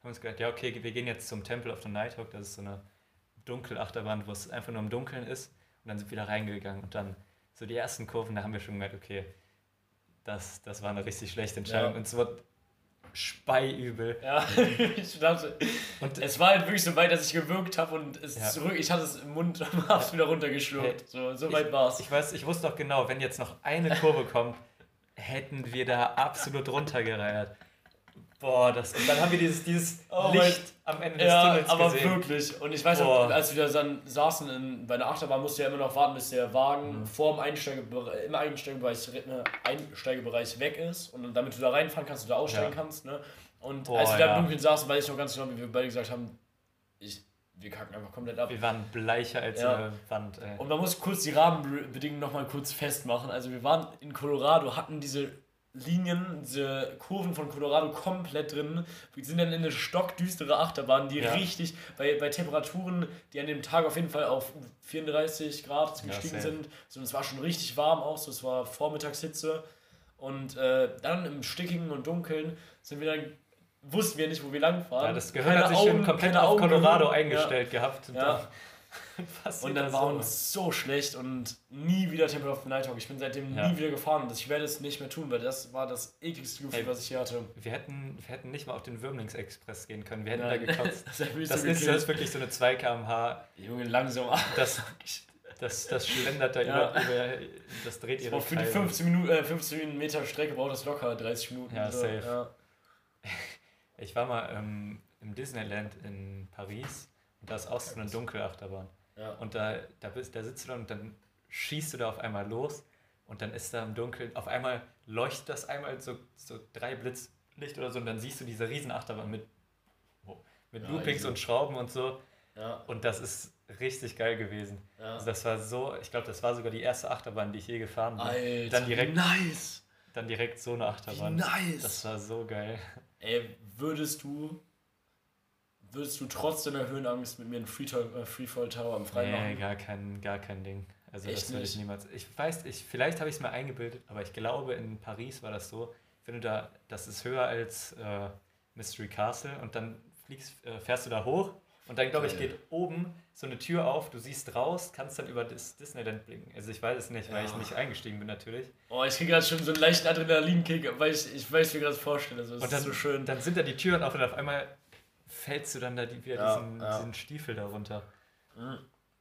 B: haben uns gedacht, ja okay, wir gehen jetzt zum Temple of the Nighthawk, das ist so eine Dunkelachterbahn, wo es einfach nur im Dunkeln ist und dann sind wir da reingegangen und dann so die ersten Kurven, da haben wir schon gemerkt, okay, das, das war eine richtig schlechte Entscheidung
A: Ja.
B: und es wird speiübel.
A: Ja, ich dachte,
B: Und
A: es war halt wirklich so weit, dass ich gewürgt habe und es
B: Ja.
A: zurück, ich hatte es im Mund und hab's wieder runtergeschluckt.
B: Hey,
A: So, so weit war's.
B: Ich weiß, ich wusste doch genau, wenn jetzt noch eine Kurve kommt, hätten wir da absolut runtergereiert. Boah, das, und dann haben wir dieses, dieses
A: Oh
B: Licht am Ende des
A: Ja,
B: Tunnels
A: aber
B: gesehen.
A: wirklich. Und ich weiß
B: Boah.
A: auch, als wir da dann saßen in, bei der Achterbahn, musste ja immer noch warten, bis der Wagen
B: Mhm.
A: vor dem Einsteigebereich, im Einsteigebereich, äh, Einsteigebereich weg ist. Und dann, damit du da reinfahren kannst, du da aussteigen
B: Ja.
A: kannst. Ne? Und
B: Boah,
A: als wir da
B: ja.
A: im Dunkeln saßen, weiß ich noch ganz genau, wie wir beide gesagt haben, ich, wir kacken einfach komplett ab.
B: Wir waren bleicher als
A: Ja.
B: eine Wand. Ey.
A: Und man muss kurz die Rahmenbedingungen nochmal kurz festmachen. Also wir waren in Colorado, hatten diese Linien, diese Kurven von Colorado komplett drin. Wir sind dann in eine stockdüstere Achterbahn, die
B: Ja.
A: richtig, bei, bei Temperaturen, die an dem Tag auf jeden Fall auf vierunddreißig Grad gestiegen
B: safe.
A: sind. So, und es war schon richtig warm auch, so, es war Vormittagshitze. Und äh, dann im Stickigen und Dunkeln sind wir dann, wussten wir nicht, wo wir lang fahren.
B: Ja, das Gehirn hat sich schon komplett auf Colorado eingestellt gehabt. Und
A: Ja.
B: dann, passiert
A: Und dann
B: das
A: war
B: so.
A: uns so schlecht und nie wieder Temple of the Nighthawk. Ich bin seitdem
B: Ja.
A: nie wieder gefahren und ich werde es nicht mehr tun, weil das war das ekligste Gefühl,
B: Ey,
A: was ich hier hatte.
B: Wir hätten, wir hätten nicht mal auf den Würmlings-Express gehen können. Wir hätten
A: Nein.
B: da gekotzt.
A: Das hat mich
B: Das
A: so
B: ist
A: gekillt.
B: jetzt wirklich so eine zwei Kilometer pro Stunde.
A: Junge, langsam.
B: Das, das, das schlendert da
A: Ja.
B: über, über. Das dreht ihre
A: Aber für die
B: Kreise.
A: fünfzehn, Minuten, äh, fünfzehn Meter Strecke braucht das locker dreißig Minuten.
B: Ja,
A: so.
B: safe.
A: Ja.
B: Ich war mal ähm, im Disneyland in Paris und da ist auch so eine Dunkelachterbahn.
A: Ja.
B: Und da, da, bist, da sitzt du dann und dann schießt du da auf einmal los und dann ist da im Dunkeln, auf einmal leuchtet das einmal so, so drei Blitzlicht oder so und dann siehst du diese Riesenachterbahn mit, oh, mit
A: Ja,
B: Loopings
A: easy.
B: und Schrauben und so
A: Ja.
B: und das ist richtig geil gewesen.
A: Ja.
B: Also das war so, ich glaube, das war sogar die erste Achterbahn, die ich je gefahren bin.
A: Alter,
B: dann direkt,
A: nice.
B: dann direkt so eine
A: Wie
B: Achterbahn.
A: nice.
B: Das war so geil.
A: Ey, würdest du würdest du trotz deiner Höhenangst mit mir einen Freefall, äh, Freefall Tower am Freien
B: Nee,
A: machen?
B: gar kein, gar kein Ding. Also
A: Echt
B: das würde ich
A: nicht?
B: niemals. Ich weiß, ich, vielleicht habe ich es mir eingebildet, aber ich glaube, in Paris war das so, wenn du da, das ist höher als äh, Mystery Castle und dann fliegst, äh, fährst du da hoch und dann, glaube ich,
A: Geil.
B: geht oben so eine Tür auf, du siehst raus, kannst dann über das Disneyland blicken. Also ich weiß es nicht, weil
A: Ja.
B: ich nicht eingestiegen bin natürlich.
A: Oh, ich kriege gerade schon so einen leichten Adrenalinkick, weil ich, ich weiß, wie ich mir das vorstelle. Also, das
B: Und dann,
A: ist so schön.
B: dann sind da die Türen auf und auf einmal fällst du dann da die, wieder
A: Ja,
B: diesen,
A: ja.
B: diesen Stiefel da runter.
A: Mhm.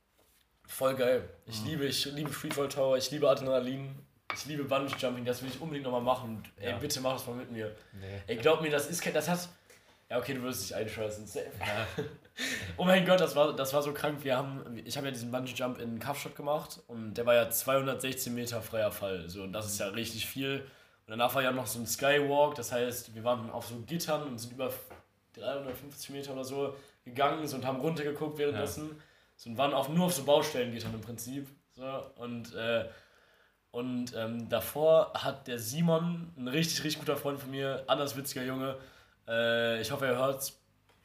A: Voll geil. Ich
B: Mhm.
A: liebe, ich liebe Freefall Tower, ich liebe Adrenalin, ich liebe Bungee Jumping, das will ich unbedingt nochmal machen. Und, ey,
B: Ja.
A: bitte mach das mal mit mir.
B: Nee.
A: Ey, glaub mir, das ist kein, das hat. Ja, okay, du wirst dich einscheißen. Safe.
B: Ja.
A: Oh mein Gott, das war, das war so krank. Wir haben, ich habe ja diesen Bungee Jump in Kapstadt gemacht und der war ja zweihundertsechzehn Meter freier Fall. So, und das ist ja richtig viel. Und danach war ja noch so ein Skywalk, das heißt, wir waren auf so Gittern und sind über dreihundertfünfzig Meter oder so gegangen so, und haben runtergeguckt währenddessen. So, und waren auf, nur auf so Baustellengittern im Prinzip. So, und äh, und ähm, davor hat der Simon, ein richtig, richtig guter Freund von mir, anders witziger Junge, äh, ich hoffe, er hört's,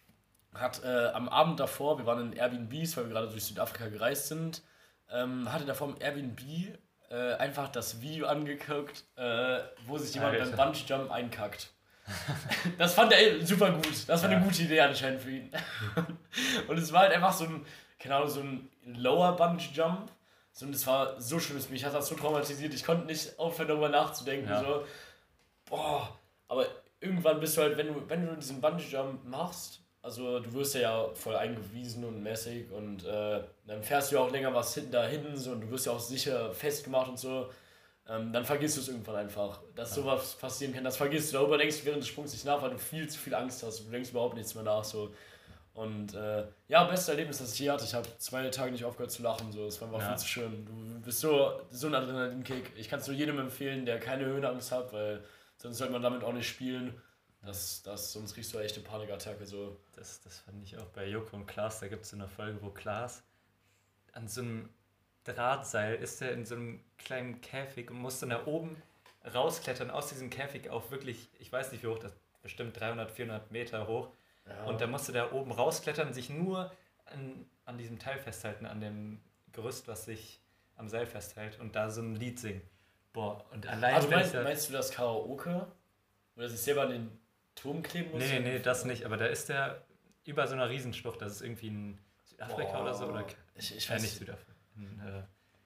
A: hat äh, am Abend davor, wir waren in Airbnbs, weil wir gerade durch Südafrika gereist sind, ähm, hatte davor im Airbnb äh, einfach das Video angeguckt, äh, wo sich jemand
B: Alter.
A: beim Bungee-Jump einkackt. Das fand er super gut. Das war
B: Ja.
A: eine gute Idee anscheinend für ihn. Und es war halt einfach so ein, keine Ahnung, so ein Lower Bungee-Jump. So, und es war so schlimm, mich hat das so traumatisiert, ich konnte nicht aufhören, darüber nachzudenken.
B: Ja.
A: So, boah, aber irgendwann bist du halt, wenn du, wenn du diesen Bungee-Jump machst, also du wirst ja, ja voll eingewiesen und mäßig und äh, dann fährst du ja auch länger was hin, dahin so, und du wirst ja auch sicher festgemacht und so, ähm, dann vergisst du es irgendwann einfach, dass
B: Ja.
A: sowas passieren kann, das vergisst du, darüber denkst du während des Sprungs nicht nach, weil du viel zu viel Angst hast, du denkst überhaupt nichts mehr nach, so. Und äh, ja, bestes Erlebnis, das ich je hatte. Ich habe zwei Tage nicht aufgehört zu lachen. So. Es war einfach
B: Ja.
A: viel zu schön. Du bist so, so ein Adrenalinkick. Ich kann es nur jedem empfehlen, der keine Höhenangst hat, weil sonst sollte man damit auch nicht spielen. Das, das, sonst kriegst du echt eine Panikattacke. So.
B: Das, das fand ich auch bei Joko und Klaas. Da gibt es so eine Folge, wo Klaas an so einem Drahtseil ist, er in so einem kleinen Käfig und muss dann da oben rausklettern aus diesem Käfig auf wirklich, ich weiß nicht wie hoch, das ist bestimmt dreihundert, vierhundert Meter hoch.
A: Ja.
B: Und dann musste da oben rausklettern, sich nur an, an diesem Teil festhalten, an dem Gerüst, was sich am Seil festhält und da so ein Lied singen. Boah, und allein
A: also
B: wenn
A: meinst,
B: ich da,
A: meinst du das Karaoke? Oder sich selber an den Turm kleben muss?
B: Nee, nee, nee, das nicht, aber da ist der über so einer Riesenschlucht, das ist irgendwie in Südafrika
A: Boah.
B: oder so, oder
A: Ich, ich
B: äh,
A: weiß
B: nicht Südafrika. In, äh,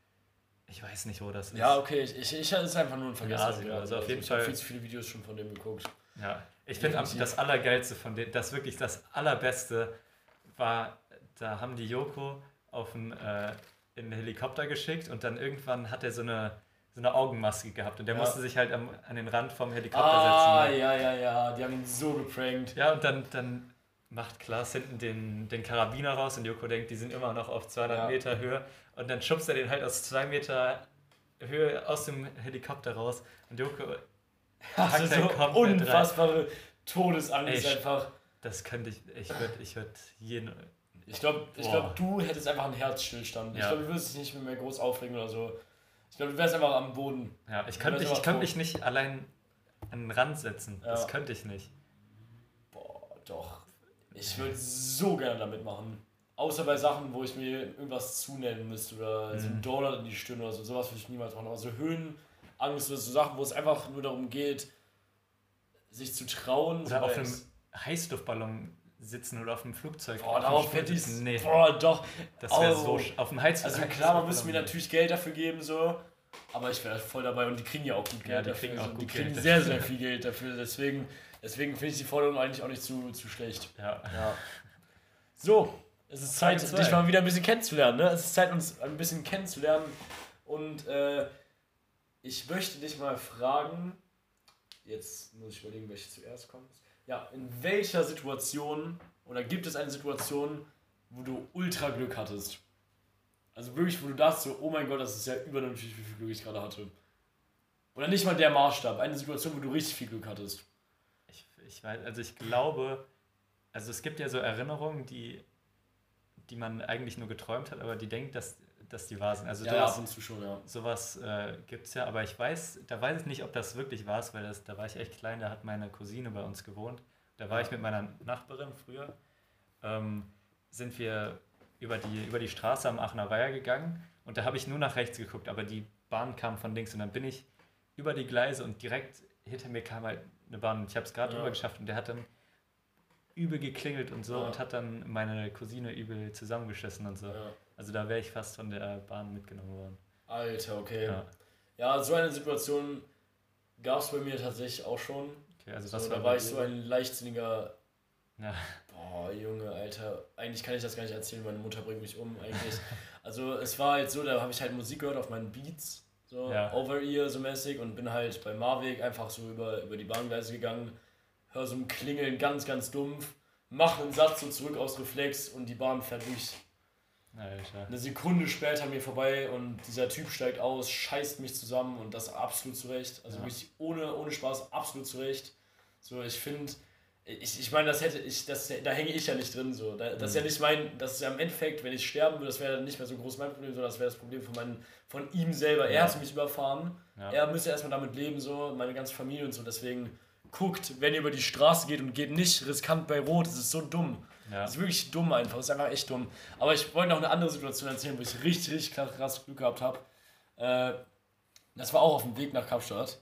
B: ich weiß nicht, wo das ist.
A: Ja, okay, ich, ich, ich ist einfach nur ein Vergessen.
B: Asien, also auf jeden
A: ich
B: Fall-
A: habe viel zu viele Videos schon von dem geguckt.
B: Ja, ich finde am- das Allergeilste von denen, das wirklich das Allerbeste war, da haben die Joko auf einen, äh, in den Helikopter geschickt und dann irgendwann hat er so eine, so eine Augenmaske gehabt und der
A: Ja.
B: musste sich halt am, an den Rand vom Helikopter
A: Ah,
B: setzen. Ne?
A: ja, ja, ja, die haben ihn so geprankt.
B: Ja, und dann, dann macht Klaas hinten den, den Karabiner raus und Joko denkt, die sind immer noch auf zweihundert
A: Ja.
B: Meter Höhe und dann schubst er den halt aus zwei Meter Höhe aus dem Helikopter raus und Joko,
A: Also
B: Packt er
A: so
B: komplett
A: unfassbare Todesangst
B: Ey,
A: einfach.
B: das könnte ich, ich würde ich würd jeden,
A: Ich glaube, ich
B: Boah.
A: glaub, du hättest einfach einen Herzstillstand. Ich
B: Ja.
A: glaube, du würdest dich nicht mehr groß aufregen oder so. Ich glaube, du wärst einfach am Boden.
B: ja, ich
A: Du
B: könnte
A: wärst
B: ich,
A: einfach
B: ich könnte
A: tot.
B: mich nicht allein an den Rand setzen,
A: Ja.
B: das könnte ich nicht.
A: Boah, doch. Ich würde so gerne damit machen. Außer bei Sachen, wo ich mir irgendwas zunennen müsste oder so
B: Mhm.
A: einen Donut in die Stirn oder so. Sowas würde ich niemals machen. Aber so Höhenangst oder so Sachen, wo es einfach nur darum geht, sich zu trauen.
B: Oder
A: so
B: auf
A: bei-
B: einem Heißluftballon sitzen oder auf einem Flugzeug.
A: Boah,
B: auf
A: darauf
B: dem
A: hätte ich
B: sitzen. Nee,
A: Boah, doch.
B: das wäre
A: Au.
B: so, sch- auf dem Heiz
A: Also
B: Heiz-
A: klar, man müsste mir
B: Heißluftballon.
A: natürlich Geld dafür geben, so. Aber ich wäre voll dabei und die kriegen ja auch gut Geld
B: Ja, die
A: dafür.
B: kriegen auch
A: also, die
B: gut
A: kriegen
B: Geld
A: sehr,
B: dafür.
A: sehr viel Geld dafür. Deswegen, deswegen finde ich die Forderung eigentlich auch nicht zu, zu schlecht.
B: Ja.
A: Ja. So, es ist Zeit,
B: Frage zwei.
A: dich mal wieder ein bisschen kennenzulernen. Ne? Es ist Zeit, uns ein bisschen kennenzulernen. Und äh, ich möchte dich mal fragen, jetzt muss ich überlegen, welche zuerst kommt. Ja, in welcher Situation oder gibt es eine Situation, wo du ultra Glück hattest? Also wirklich, wo du dachtest so, oh mein Gott, das ist ja übernatürlich, wie viel Glück ich gerade hatte. Oder nicht mal der Maßstab, eine Situation, wo du richtig viel Glück hattest.
B: Ich, ich weiß, also ich glaube, also es gibt ja so Erinnerungen, die, die man eigentlich nur geträumt hat, aber die denkt, dass, dass die wahr sind. Also
A: Ja,
B: du
A: ab
B: hast,
A: und zu schon, ja.
B: sowas äh, gibt es ja, aber ich weiß, da weiß ich nicht, ob das wirklich war, weil das, da war ich echt klein, da hat meine Cousine bei uns gewohnt. Da war ich mit meiner Nachbarin früher, ähm, sind wir über die, über die Straße am Aachener Weiher gegangen und da habe ich nur nach rechts geguckt, aber die Bahn kam von links und dann bin ich über die Gleise und direkt hinter mir kam halt eine Bahn und ich habe es gerade
A: Ja.
B: drüber geschafft und der hat dann übel geklingelt und so
A: Ja.
B: und hat dann meine Cousine übel zusammengeschissen und so.
A: ja.
B: Also da wäre ich fast von der Bahn mitgenommen worden.
A: Alter, okay.
B: Ja.
A: Ja, so eine Situation gab es bei mir tatsächlich auch schon.
B: Okay, also
A: So,
B: was
A: da
B: war
A: war
B: bei
A: ich
B: dir?
A: so ein leichtsinniger.
B: Ja.
A: Boah, Junge, Alter. Eigentlich kann ich das gar nicht erzählen, meine Mutter bringt mich um, eigentlich. Also, es war halt so, da habe ich halt Musik gehört auf meinen Beats, so
B: Ja.
A: Over-Ear so mäßig und bin halt bei Marweg einfach so über, über die Bahngleise gegangen, hör so ein Klingeln ganz, ganz dumpf, mach einen Satz so zurück aus Reflex und die Bahn fährt durch.
B: Alter.
A: Eine Sekunde später mir vorbei und dieser Typ steigt aus, scheißt mich zusammen und das absolut zurecht. Also
B: Ja.
A: wirklich ohne, ohne Spaß absolut zurecht. So, ich finde, ich, ich meine, das hätte ich, das, da hänge ich ja nicht drin. So. Da, das ist ja
B: Mhm.
A: nicht mein, das ist ja im Endeffekt, wenn ich sterben würde, das wäre dann nicht mehr so groß mein Problem, sondern das wäre das Problem von, meinen, von ihm selber. Er
B: Ja.
A: hat mich überfahren.
B: Ja.
A: Er müsste erstmal damit leben, so, meine ganze Familie und so. Deswegen guckt, wenn ihr über die Straße geht und geht nicht riskant bei Rot, das ist so dumm.
B: Ja.
A: Das ist wirklich dumm einfach, das ist einfach echt dumm. Aber ich wollte noch eine andere Situation erzählen, wo ich richtig, richtig krass, krass Glück gehabt habe. Äh, das war auch auf dem Weg nach Kapstadt.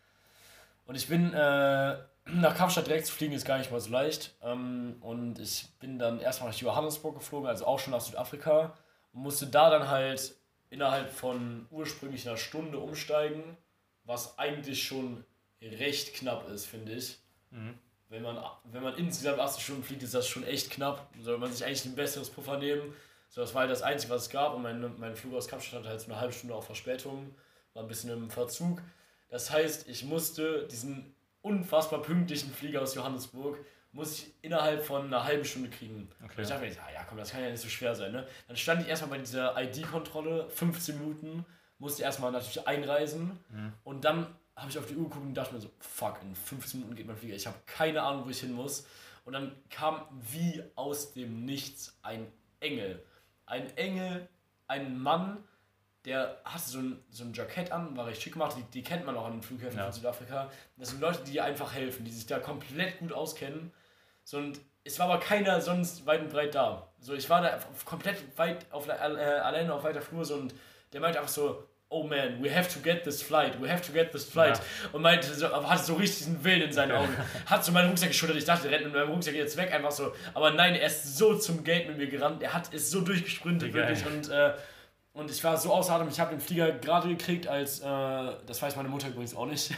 A: Und ich bin, äh, nach Kapstadt direkt zu fliegen ist gar nicht mal so leicht. Ähm, und ich bin dann erstmal nach Johannesburg geflogen, also auch schon nach Südafrika. Und musste da dann halt innerhalb von ursprünglich einer Stunde umsteigen, was eigentlich schon recht knapp ist, finde ich.
B: Mhm.
A: Wenn man, wenn man insgesamt achtzig Stunden fliegt, ist das schon echt knapp. Soll man sich eigentlich ein besseres Puffer nehmen. So, das war halt das Einzige, was es gab. Und mein, mein Flug aus Kapstadt hatte halt so eine halbe Stunde auch Verspätung. War ein bisschen im Verzug. Das heißt, ich musste diesen unfassbar pünktlichen Flieger aus Johannesburg muss ich innerhalb von einer halben Stunde kriegen.
B: Okay.
A: Und ich dachte mir, ja, ja komm, das kann ja nicht so schwer sein. Ne? Dann stand ich erstmal bei dieser I D-Kontrolle, fünfzehn Minuten, musste erstmal natürlich einreisen.
B: Mhm.
A: Und dann habe ich auf die Uhr geguckt und dachte mir so, fuck, in fünfzehn Minuten geht mein Flieger. Ich habe keine Ahnung, wo ich hin muss. Und dann kam wie aus dem Nichts ein Engel. Ein Engel, ein Mann, der hatte so ein, so ein Jackett an, war recht schick gemacht. Die, die kennt man auch an den Flughäfen
B: Ja.
A: von Südafrika. Das sind Leute, die dir einfach helfen, die sich da komplett gut auskennen. So, und es war aber keiner sonst weit und breit da. So, ich war da komplett weit auf, äh, alleine auf weiter Flur so, und der meinte einfach so, oh man, we have to get this flight, we have to get this flight. Ja. Und meinte so, aber hatte so richtig einen Willen in seinen Augen. Hat so meinen Rucksack geschultert, ich dachte, der rennt mit meinem Rucksack jetzt weg, einfach so. Aber nein, er ist so zum Gate mit mir gerannt, er hat, ist so durchgesprintet, wirklich. Und, äh, und ich war so außer Atem, ich habe den Flieger gerade gekriegt, als, äh, das weiß meine Mutter übrigens auch nicht,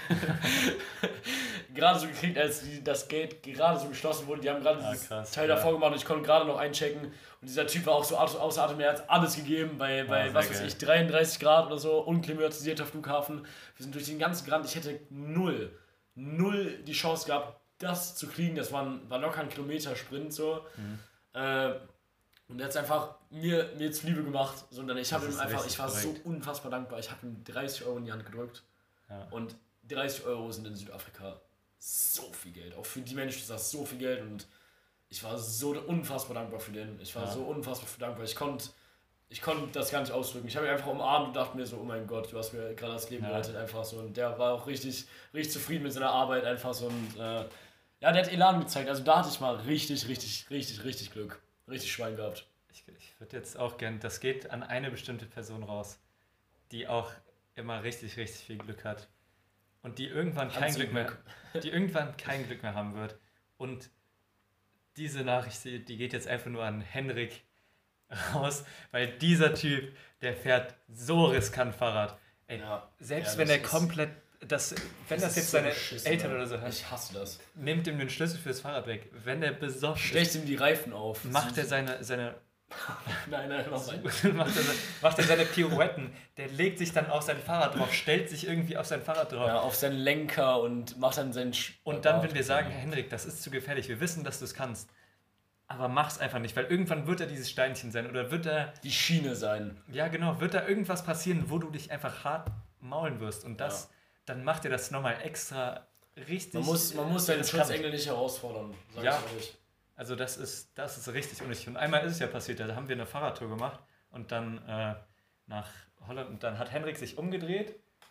A: gerade so gekriegt, als die, das Gate gerade so geschlossen wurde. Die haben gerade ah, dieses krass, Teil ja. davor gemacht und ich konnte gerade noch einchecken. Und dieser Typ war auch so außer Atem, er hat alles gegeben bei, bei oh, was weiß ich, dreiunddreißig Grad oder so, unklimatisierter Flughafen. Wir sind durch den ganzen Grand, ich hätte null, null die Chance gehabt, das zu kriegen. Das war, ein, war locker ein Kilometer-Sprint so. Mhm. Äh, und er hat es einfach mir, mir zuliebe gemacht. Sondern ich habe ihm einfach, ich war korrekt. so unfassbar dankbar. Ich habe ihm dreißig Euro in die Hand gedrückt. Ja. Und dreißig Euro sind in Südafrika so viel Geld. Auch für die Menschen ist das so viel Geld und ich war so unfassbar dankbar für den. Ich war ja. so unfassbar dankbar. Ich konnte ich konnt das gar nicht ausdrücken. Ich habe ihn einfach umarmt und dachte mir so, oh mein Gott, du hast mir gerade das Leben gerettet. Ja. Einfach so. Und der war auch richtig, richtig zufrieden mit seiner Arbeit. Einfach so. Und äh, ja, der hat Elan gezeigt. Also da hatte ich mal richtig, richtig, richtig, richtig Glück. Richtig Schwein gehabt.
B: Ich, ich würde jetzt auch gern, das geht an eine bestimmte Person raus, die auch immer richtig, richtig viel Glück hat. Und die irgendwann kein Glück mehr, die irgendwann kein Glück mehr haben wird. Und diese Nachricht, die geht jetzt einfach nur an Henrik raus, weil dieser Typ, der fährt so riskant Fahrrad. Ey, ja, selbst ja, wenn er komplett, das, wenn das, das jetzt so seine Eltern oder so hat,
A: ich hasse das.
B: Nimmt ihm den Schlüssel fürs Fahrrad weg. Wenn der besoffen ist,
A: stecht ihm die Reifen auf.
B: Macht er seine, seine
A: nein, nein, mach rein.
B: macht, er, macht er seine Pirouetten, der legt sich dann auf sein Fahrrad drauf, stellt sich irgendwie auf sein Fahrrad drauf.
A: Ja, auf seinen Lenker und macht dann seinen... Sch-
B: und dann, wenn wir sagen, Henrik, das ist zu gefährlich, wir wissen, dass du es kannst, aber mach's einfach nicht, weil irgendwann wird er dieses Steinchen sein oder wird er...
A: Die Schiene sein.
B: Ja, genau, wird da irgendwas passieren, wo du dich einfach hart maulen wirst und das, ja. dann macht dir das nochmal extra richtig...
A: Man muss, man muss seinen Schutzengel nicht herausfordern, sag
B: ja.
A: ich ehrlich.
B: Also das ist, das ist richtig unnötig. Und einmal ist es ja passiert, da haben wir eine Fahrradtour gemacht und dann äh, nach Holland und dann hat Henrik sich umgedreht.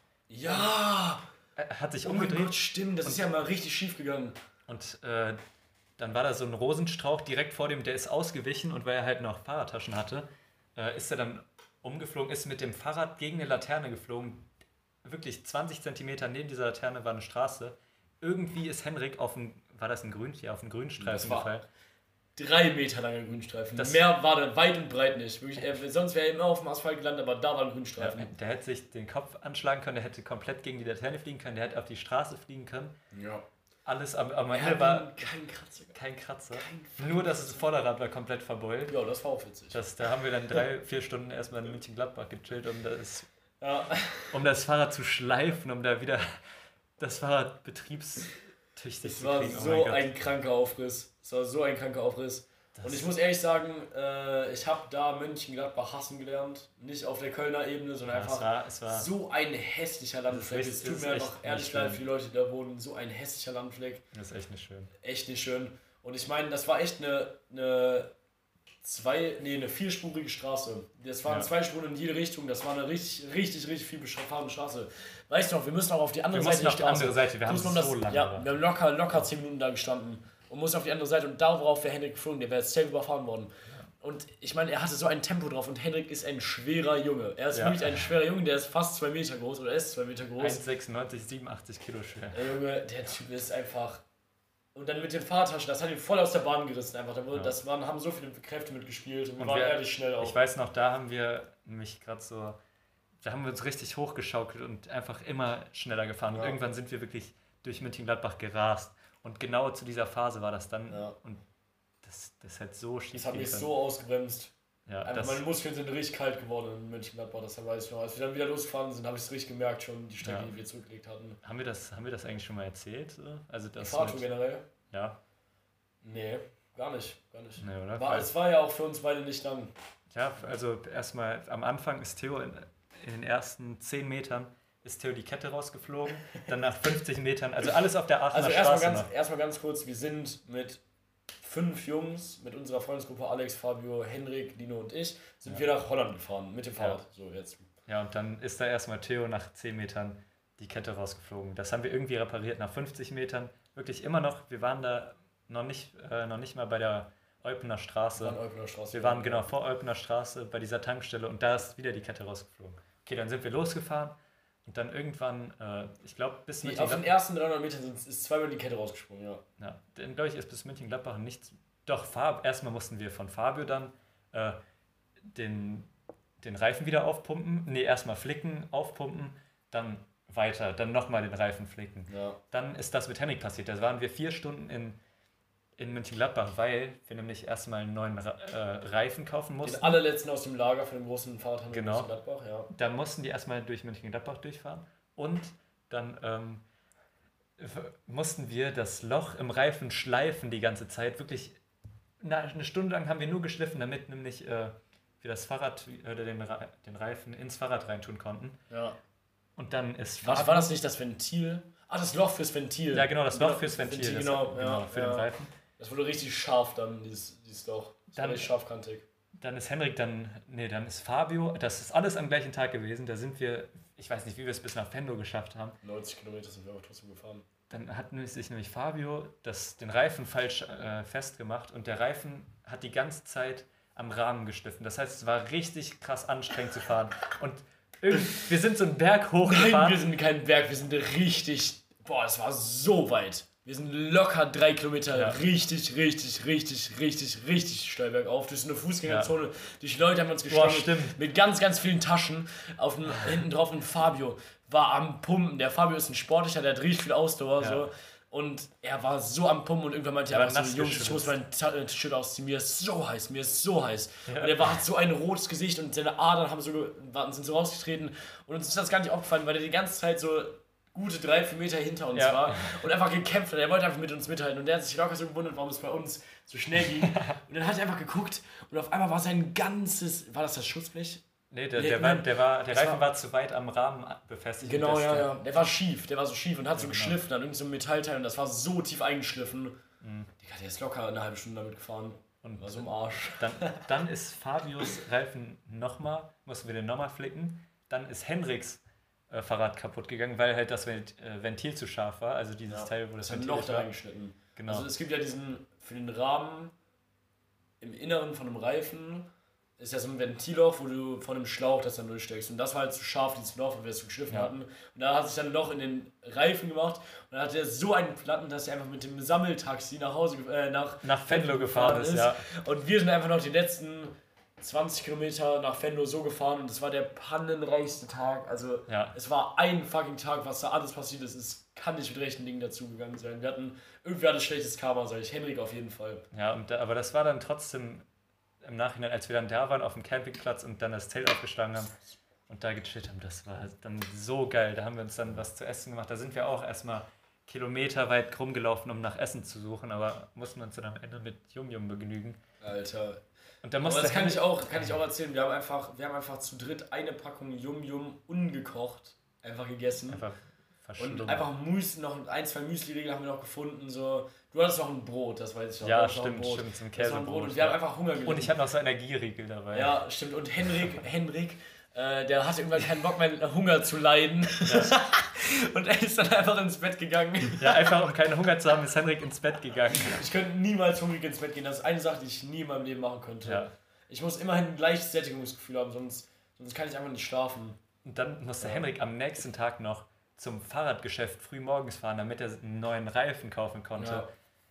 A: Ja!
B: Er hat sich
A: oh
B: umgedreht.
A: Mein Gott, stimmt, das ist ja mal richtig schief gegangen.
B: Und äh, dann war da so ein Rosenstrauch direkt vor dem, der ist ausgewichen und weil er halt noch Fahrradtaschen hatte, äh, ist er dann umgeflogen, ist mit dem Fahrrad gegen eine Laterne geflogen. Wirklich zwanzig Zentimeter neben dieser Laterne war eine Straße. Irgendwie ist Henrik auf dem, war das ein Grün? Ja, auf dem Grünstreifen gefallen.
A: Drei Meter langer Grünstreifen. Das Mehr war da weit und breit nicht. Wirklich, er, sonst wäre er immer auf dem Asphalt gelandet, aber da war ein Grünstreifen.
B: Ja, der hätte sich den Kopf anschlagen können, der hätte komplett gegen die Laterne fliegen können, der hätte auf die Straße fliegen können.
A: Ja.
B: Alles am, am Ende
A: ja,
B: war
A: kein Kratzer.
B: Kein Kratzer. Kein Nur, dass das Vorderrad war komplett verbeult.
A: Ja, das war auch witzig.
B: Das, da haben wir dann drei, vier Stunden erstmal in München-Gladbach gechillt, um das,
A: ja.
B: um das Fahrrad zu schleifen, um da wieder das Fahrrad betriebstüchtig
A: zu
B: kriegen.
A: Es war so oh ein kranker Aufriss. Es war so ein kranker Aufriss. Das und ich muss ehrlich sagen, äh, ich habe da Mönchengladbach hassen gelernt. Nicht auf der Kölner Ebene, sondern ja, einfach
B: es war, es war
A: so ein hässlicher Landfleck. Es tut mir einfach ehrlich leid für die Leute, die da wohnen. So ein hässlicher Landfleck.
B: Das ist echt nicht schön.
A: Echt nicht schön. Und ich meine, das war echt eine, eine zwei, nee, eine vierspurige Straße. Das waren ja. zwei Spuren in jede Richtung. Das war eine richtig, richtig, richtig viel befahrene Straße. Weißt du noch, wir müssen auch auf die andere
B: wir
A: Seite.
B: Auf die andere Seite. Wir haben so
A: das,
B: lange.
A: Ja, wir haben locker, locker zehn Minuten da gestanden. Und muss auf die andere Seite und darauf wäre Henrik geflogen, der wäre jetzt safe überfahren worden. Ja. Und ich meine, er hatte so ein Tempo drauf und Henrik ist ein schwerer Junge. Er ist ja. wirklich ein schwerer Junge, der ist fast zwei Meter groß oder ist zwei Meter groß.
B: eins Komma sechsundneunzig, siebenundachtzig Kilo schwer.
A: Der Junge, der Typ ist einfach... Und dann mit den Fahrradtaschen, das hat ihn voll aus der Bahn gerissen einfach. Da wurde, ja. Das waren, haben so viele Kräfte mitgespielt und wir und waren wir, ehrlich schnell auch.
B: Ich weiß noch, da haben wir nämlich gerade so... Da haben wir uns richtig hochgeschaukelt und einfach immer schneller gefahren. Ja. Und irgendwann sind wir wirklich durch Mönchengladbach gerast. Und genau zu dieser Phase war das dann. Ja. Und das, das ist halt so schief.
A: Das hat mich so ausgebremst.
B: Ja,
A: einfach meine Muskeln sind richtig kalt geworden in Mönchengladbach, das weiß ich noch. Als wir dann wieder losgefahren sind, habe ich es richtig gemerkt, schon die Strecke, ja. die wir zurückgelegt hatten.
B: Haben wir das, haben wir das eigentlich schon mal erzählt? Also das
A: die Fahrtour generell?
B: Ja.
A: Nee, gar nicht. Gar nicht.
B: Nee, oder?
A: War, es war ja auch für uns beide nicht lang.
B: Ja, also erstmal am Anfang ist Theo in, in den ersten zehn Metern ist Theo die Kette rausgeflogen, dann nach fünfzig Metern, also alles auf der Aachener
A: Also erstmal
B: Straße.
A: ganz, erstmal ganz kurz, wir sind mit fünf Jungs, mit unserer Freundesgruppe Alex, Fabio, Henrik, Lino und ich, sind ja. wir nach Holland gefahren, mit dem Fahrrad. Ja. So jetzt.
B: Ja, und dann ist da erstmal Theo nach zehn Metern die Kette rausgeflogen. Das haben wir irgendwie repariert nach fünfzig Metern. Wirklich immer noch, wir waren da noch nicht, äh, noch nicht mal bei der Eupener Straße.
A: Wir waren, Eupener Straße,
B: wir waren genau vor Eupener Straße bei dieser Tankstelle und da ist wieder die Kette rausgeflogen. Okay, dann sind wir losgefahren und dann irgendwann, äh, ich glaube, bis
A: Die, auf den ersten dreihundert Metern sind, ist zweimal die Kette rausgesprungen, ja.
B: Ja, dann glaube ich, ist bis Mönchengladbach nichts. Doch, Fab, erstmal mussten wir von Fabio dann äh, den, den Reifen wieder aufpumpen. Nee, erstmal flicken, aufpumpen, dann weiter, dann nochmal den Reifen flicken.
A: Ja.
B: Dann ist das mit Henrik passiert. Da waren wir vier Stunden in, in Mönchengladbach, weil wir nämlich erstmal einen neuen äh, Reifen kaufen mussten.
A: Den allerletzten aus dem Lager von dem großen Fahrradhandel
B: Genau.
A: in Mönchengladbach, ja.
B: Da mussten die erstmal durch Mönchengladbach durchfahren und dann ähm, mussten wir das Loch im Reifen schleifen die ganze Zeit. Wirklich na, eine Stunde lang haben wir nur geschliffen, damit nämlich äh, wir das Fahrrad oder den, den Reifen ins Fahrrad reintun konnten.
A: Ja.
B: Und dann ist
A: Was war das nicht, das Ventil? Ah, das Loch fürs Ventil.
B: Ja, genau, das Loch fürs Ventil.
A: Ventil
B: das,
A: genau,
B: genau,
A: ja,
B: für
A: ja.
B: den Reifen.
A: Das wurde richtig scharf dann, dieses, dieses Loch. Das
B: Dann-
A: war richtig scharfkantig.
B: Dann ist Henrik, dann, nee, dann ist Fabio, das ist alles am gleichen Tag gewesen. Da sind wir, ich weiß nicht, wie wir es bis nach Venlo geschafft haben.
A: neunzig Kilometer sind wir aber trotzdem gefahren.
B: Dann hat nämlich- sich nämlich Fabio das, den Reifen falsch äh, festgemacht und der Reifen hat die ganze Zeit am Rahmen geschliffen. Das heißt, es war richtig krass anstrengend zu fahren. Und irgend, wir sind so einen Berg
A: Nein,
B: hochgefahren.
A: wir sind kein Berg, wir sind richtig. Boah, das war so weit. Wir sind locker drei Kilometer
B: Ja.
A: richtig, richtig, richtig, richtig, richtig steil bergauf. Durch so eine Fußgängerzone. Die Leute haben uns
B: Boah,
A: gestanden
B: stimmt.
A: mit ganz, ganz vielen Taschen. Auf dem, hinten drauf ein Fabio war am Pumpen. Der Fabio ist ein Sportlicher, der hat richtig viel Ausdauer.
B: Ja.
A: So. Und er war so am Pumpen und irgendwann meinte er
B: war
A: einfach
B: nass
A: so, Jungs, ich
B: geschwitzt.
A: muss mein Ta- äh, T-Shirt ausziehen, mir ist so heiß, mir ist so heiß.
B: Ja.
A: Und er war, hat so ein rotes Gesicht und seine Adern haben so, ge- waren, sind so rausgetreten und uns ist das gar nicht aufgefallen, weil er die ganze Zeit so gute drei, vier Meter hinter uns
B: Ja.
A: war und einfach gekämpft hat. Er wollte einfach mit uns mithalten und der hat sich locker so gewundert, warum es bei uns so schnell ging. Und dann hat er einfach geguckt und auf einmal war sein ganzes, war das das Schutzblech?
B: Nee, der,
A: Nee,
B: der, war,
A: nein.
B: der, war, der
A: Das
B: Reifen
A: war-
B: war zu weit am Rahmen befestigt.
A: Genau,
B: Das-
A: ja,
B: der-
A: ja. Der war schief, der war so schief und hat so
B: Ja, genau.
A: geschliffen an irgendeinem so einem Metallteil und das war so tief eingeschliffen.
B: Mhm.
A: Digga, der ist locker eine halbe Stunde damit gefahren.
B: Und
A: War so im Arsch.
B: Dann, dann ist Fabius Reifen nochmal, mussten wir den nochmal flicken. Dann ist Henriks äh, Fahrrad kaputt gegangen, weil halt das Vent- äh, Ventil zu scharf war. Also dieses
A: Ja,
B: Teil, wo das
A: Das hat ein
B: Ventil
A: Loch da
B: war.
A: reingeschnitten.
B: Genau.
A: Also es gibt ja diesen, für den Rahmen im Inneren von einem Reifen ist ja so ein Ventilloch, wo du von einem Schlauch das dann durchsteckst. Und das war halt zu scharf, dieses Loch, weil wir es so geschliffen
B: Ja.
A: hatten. Und da hat sich dann ein Loch in den Reifen gemacht und dann hatte er so einen Platten, dass er einfach mit dem Sammeltaxi nach Hause, ge- äh, nach,
B: nach Venlo gefahren ist, ja.
A: Und wir sind einfach noch die letzten zwanzig Kilometer nach Venlo so gefahren und es war der pannenreichste Tag. Also
B: Ja.
A: es war ein fucking Tag, was da alles passiert ist. Es kann nicht mit rechten Dingen dazugegangen sein. Wir hatten irgendwie alles schlechtes Karma, sag ich. Henrik auf jeden Fall.
B: Ja, und da, aber das war dann trotzdem im Nachhinein, als wir dann da waren auf dem Campingplatz und dann das Zelt aufgeschlagen haben und da gechillt haben, das war dann so geil. Da haben wir uns dann was zu essen gemacht. Da sind wir auch erstmal kilometerweit rumgelaufen, um nach Essen zu suchen, aber mussten uns dann am Ende mit Yum Yum begnügen.
A: Alter.
B: Und da
A: Aber
B: musste
A: das kann
B: Henrik-
A: ich auch, kann ich auch erzählen. Wir haben einfach, wir haben einfach zu dritt eine Packung Yum Yum ungekocht einfach gegessen.
B: einfach verschlungen.
A: Und einfach Müsli, noch ein, zwei Müsli-Riegel haben wir noch gefunden. So. Du hattest noch ein Brot, das weiß ich noch. Du
B: Ja,
A: hattest noch ein
B: stimmt,
A: Brot.
B: stimmt, zum
A: Das war ein Brot
B: Käsebrot.
A: und wir haben einfach Hunger gelitten.
B: Und ich hatte noch so Energieriegel dabei.
A: Ja, stimmt. Und Henrik, Henrik, äh, der hatte irgendwann keinen Bock mehr, Hunger zu leiden. Und er ist dann einfach ins Bett gegangen.
B: Ja, einfach um keinen Hunger zu haben, ist Henrik ins Bett gegangen.
A: Ich könnte niemals hungrig ins Bett gehen. Das ist eine Sache, die ich nie in meinem Leben machen könnte.
B: Ja.
A: Ich muss immerhin ein leichtes Sättigungsgefühl haben, sonst, sonst kann ich einfach nicht schlafen.
B: Und dann musste
A: Ja.
B: Henrik am nächsten Tag noch zum Fahrradgeschäft früh morgens fahren, damit er einen neuen Reifen kaufen konnte.
A: Ja.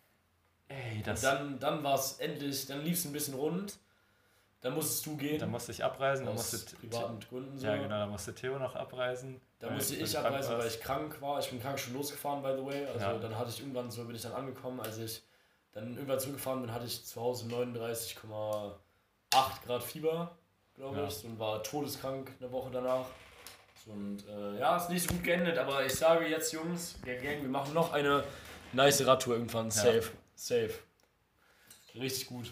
B: Ey,
A: Und
B: das.
A: dann, dann war es endlich, dann lief es ein bisschen rund. Dann musstest du gehen.
B: Dann musste ich abreisen, dann
A: aus
B: musste
A: privaten Gründen so.
B: Ja, genau, dann musste Theo noch abreisen.
A: Da
B: weil-
A: musste
B: weil
A: ich
B: du krank
A: abreisen, weil
B: warst.
A: ich krank war. Ich bin krank schon losgefahren, by the way. Also
B: Ja.
A: dann hatte ich irgendwann so, bin ich dann angekommen, als ich dann irgendwann zurückgefahren bin, hatte ich zu Hause neununddreißig Komma acht Grad Fieber, glaube
B: Ja.
A: ich. Und war todeskrank eine Woche danach. So, und äh, ja, ist nicht so gut geendet, aber ich sage jetzt, Jungs, Gang, Gang, wir machen noch eine nice Radtour irgendwann. Safe. Safe. Richtig gut.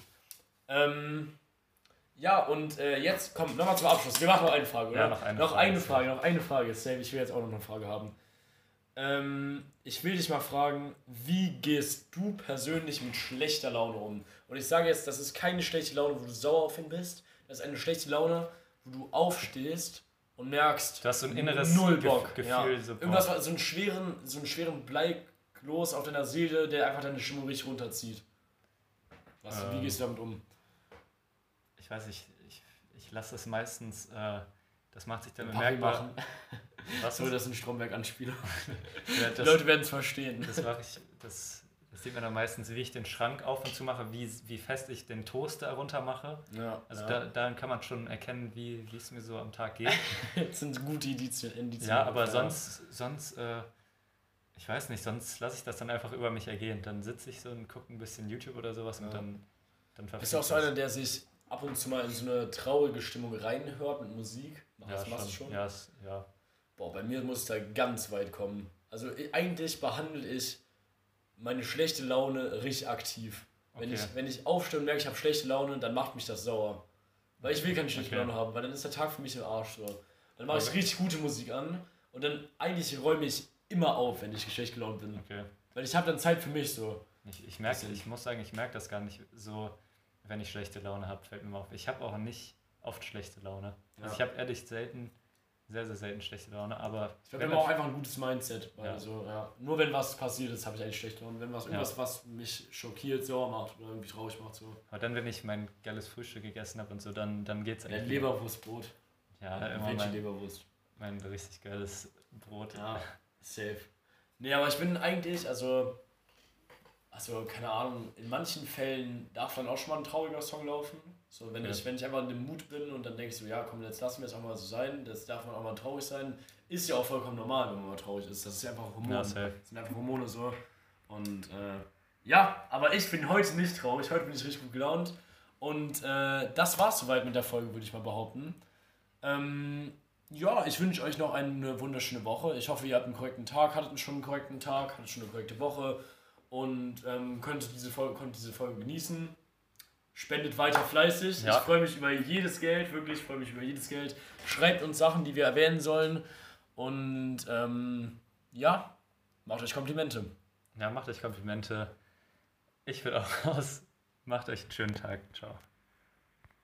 A: Ähm, ja, und äh, jetzt kommt nochmal zum Abschluss. Wir machen noch eine Frage, oder?
B: Ja, noch eine
A: noch
B: Frage,
A: eine
B: safe.
A: Frage, noch eine Frage. Safe, ich will jetzt auch noch eine Frage haben. Ähm, ich will dich mal fragen, wie gehst du persönlich mit schlechter Laune um? Und ich sage jetzt, das ist keine schlechte Laune, wo du sauer auf ihn bist. Das ist eine schlechte Laune, wo du aufstehst und merkst,
B: Du hast so ein inneres
A: null
B: Gef-
A: Bock.
B: Gefühl,
A: ja.
B: so, boah.
A: Irgendwas, so einen schweren, so einen schweren Bleikloß auf deiner Seele, der einfach deine Stimmung richtig runterzieht. Was, Wie
B: Ähm.
A: gehst du damit um?
B: Ich weiß nicht, ich, ich lasse das meistens äh, das macht sich dann
A: Ein Papi
B: bemerkbar.
A: machen.
B: Was
A: So,
B: ist-
A: das ist ein Stromberg-Anspieler.
B: Ja,
A: Die
B: das,
A: Leute werden es verstehen.
B: das mache ich, das, das sieht man dann meistens, wie ich den Schrank auf und zu mache, wie, wie fest ich den Toaster runter mache.
A: Ja,
B: Also
A: ja.
B: da, daran kann man schon erkennen, wie wie es mir so am Tag geht.
A: Das sind gute Indizien. Indizien
B: Ja, aber sonst, sonst äh, ich weiß nicht, sonst lasse ich das dann einfach über mich ergehen. Dann sitze ich so und gucke ein bisschen YouTube oder sowas und
A: Ja.
B: dann, dann verfliegt
A: Bist du auch so
B: das.
A: einer, der sich ab und zu mal in so eine traurige Stimmung reinhört mit Musik?
B: Ja,
A: Das machst du
B: schon.
A: schon?
B: Ja, es, ja.
A: Boah, bei mir muss da ganz weit kommen. Also i- eigentlich behandle ich meine schlechte Laune richtig aktiv. Wenn,
B: Okay.
A: ich, wenn ich aufstehe und merke, ich habe schlechte Laune, dann macht mich das sauer. Weil ich will keine schlechte
B: Okay.
A: Laune haben, weil dann ist der Tag für mich im Arsch. So. Dann mache ich
B: Aber-
A: richtig gute Musik an und dann eigentlich räume ich immer auf, wenn ich schlecht gelaunt bin.
B: Okay.
A: Weil ich habe dann Zeit für mich so.
B: Ich, ich merke,
A: Bisschen.
B: ich muss sagen, ich merke das gar nicht so, wenn ich schlechte Laune habe, fällt mir mal auf. Ich habe auch nicht oft schlechte Laune. Also
A: Ja.
B: ich habe ehrlich selten, sehr, sehr selten schlechte Laune, aber
A: Ich glaube, wir
B: wenn
A: haben auch
B: das-
A: einfach ein gutes Mindset. Weil
B: Ja.
A: so, ja, nur wenn was passiert ist, habe ich eigentlich schlecht Laune. Wenn was,
B: Ja.
A: irgendwas, was mich schockiert, sauer macht oder irgendwie traurig macht, so.
B: aber dann, wenn ich mein geiles Frühstück gegessen habe und so, dann, dann geht's
A: Ja,
B: eigentlich.
A: Leberwurstbrot.
B: Ja,
A: Ja,
B: immer mein,
A: Leberwurst.
B: mein richtig geiles Brot.
A: Ja, safe. Nee, aber ich bin eigentlich, also, also, keine Ahnung, in manchen Fällen darf dann auch schon mal ein trauriger Song laufen. So, wenn,
B: Ja.
A: ich, wenn ich einfach in dem Mut bin und dann denke ich so, ja, komm, jetzt lassen wir es auch mal so sein, das darf man auch mal traurig sein. Ist ja auch vollkommen normal, wenn man mal traurig ist. Das ist ja einfach Hormone.
B: Ja,
A: Das
B: safe.
A: sind einfach Hormone so. Und äh, ja, aber ich bin heute nicht traurig, heute bin ich richtig gut gelaunt. Und äh, das war's soweit mit der Folge, würde ich mal behaupten. Ähm, ja, ich wünsche euch noch eine wunderschöne Woche. Ich hoffe, ihr habt einen korrekten Tag, hattet schon einen korrekten Tag, hattet schon eine korrekte Woche und ähm, konntet diese Folge, konntet diese Folge genießen. Spendet weiter fleißig.
B: Ja.
A: Ich freue mich über jedes Geld, wirklich, ich freue mich über jedes Geld. Schreibt uns Sachen, die wir erwähnen sollen. Und ähm, ja, macht euch Komplimente.
B: Ja, macht euch Komplimente. Ich will auch raus. Macht euch einen schönen Tag. Ciao.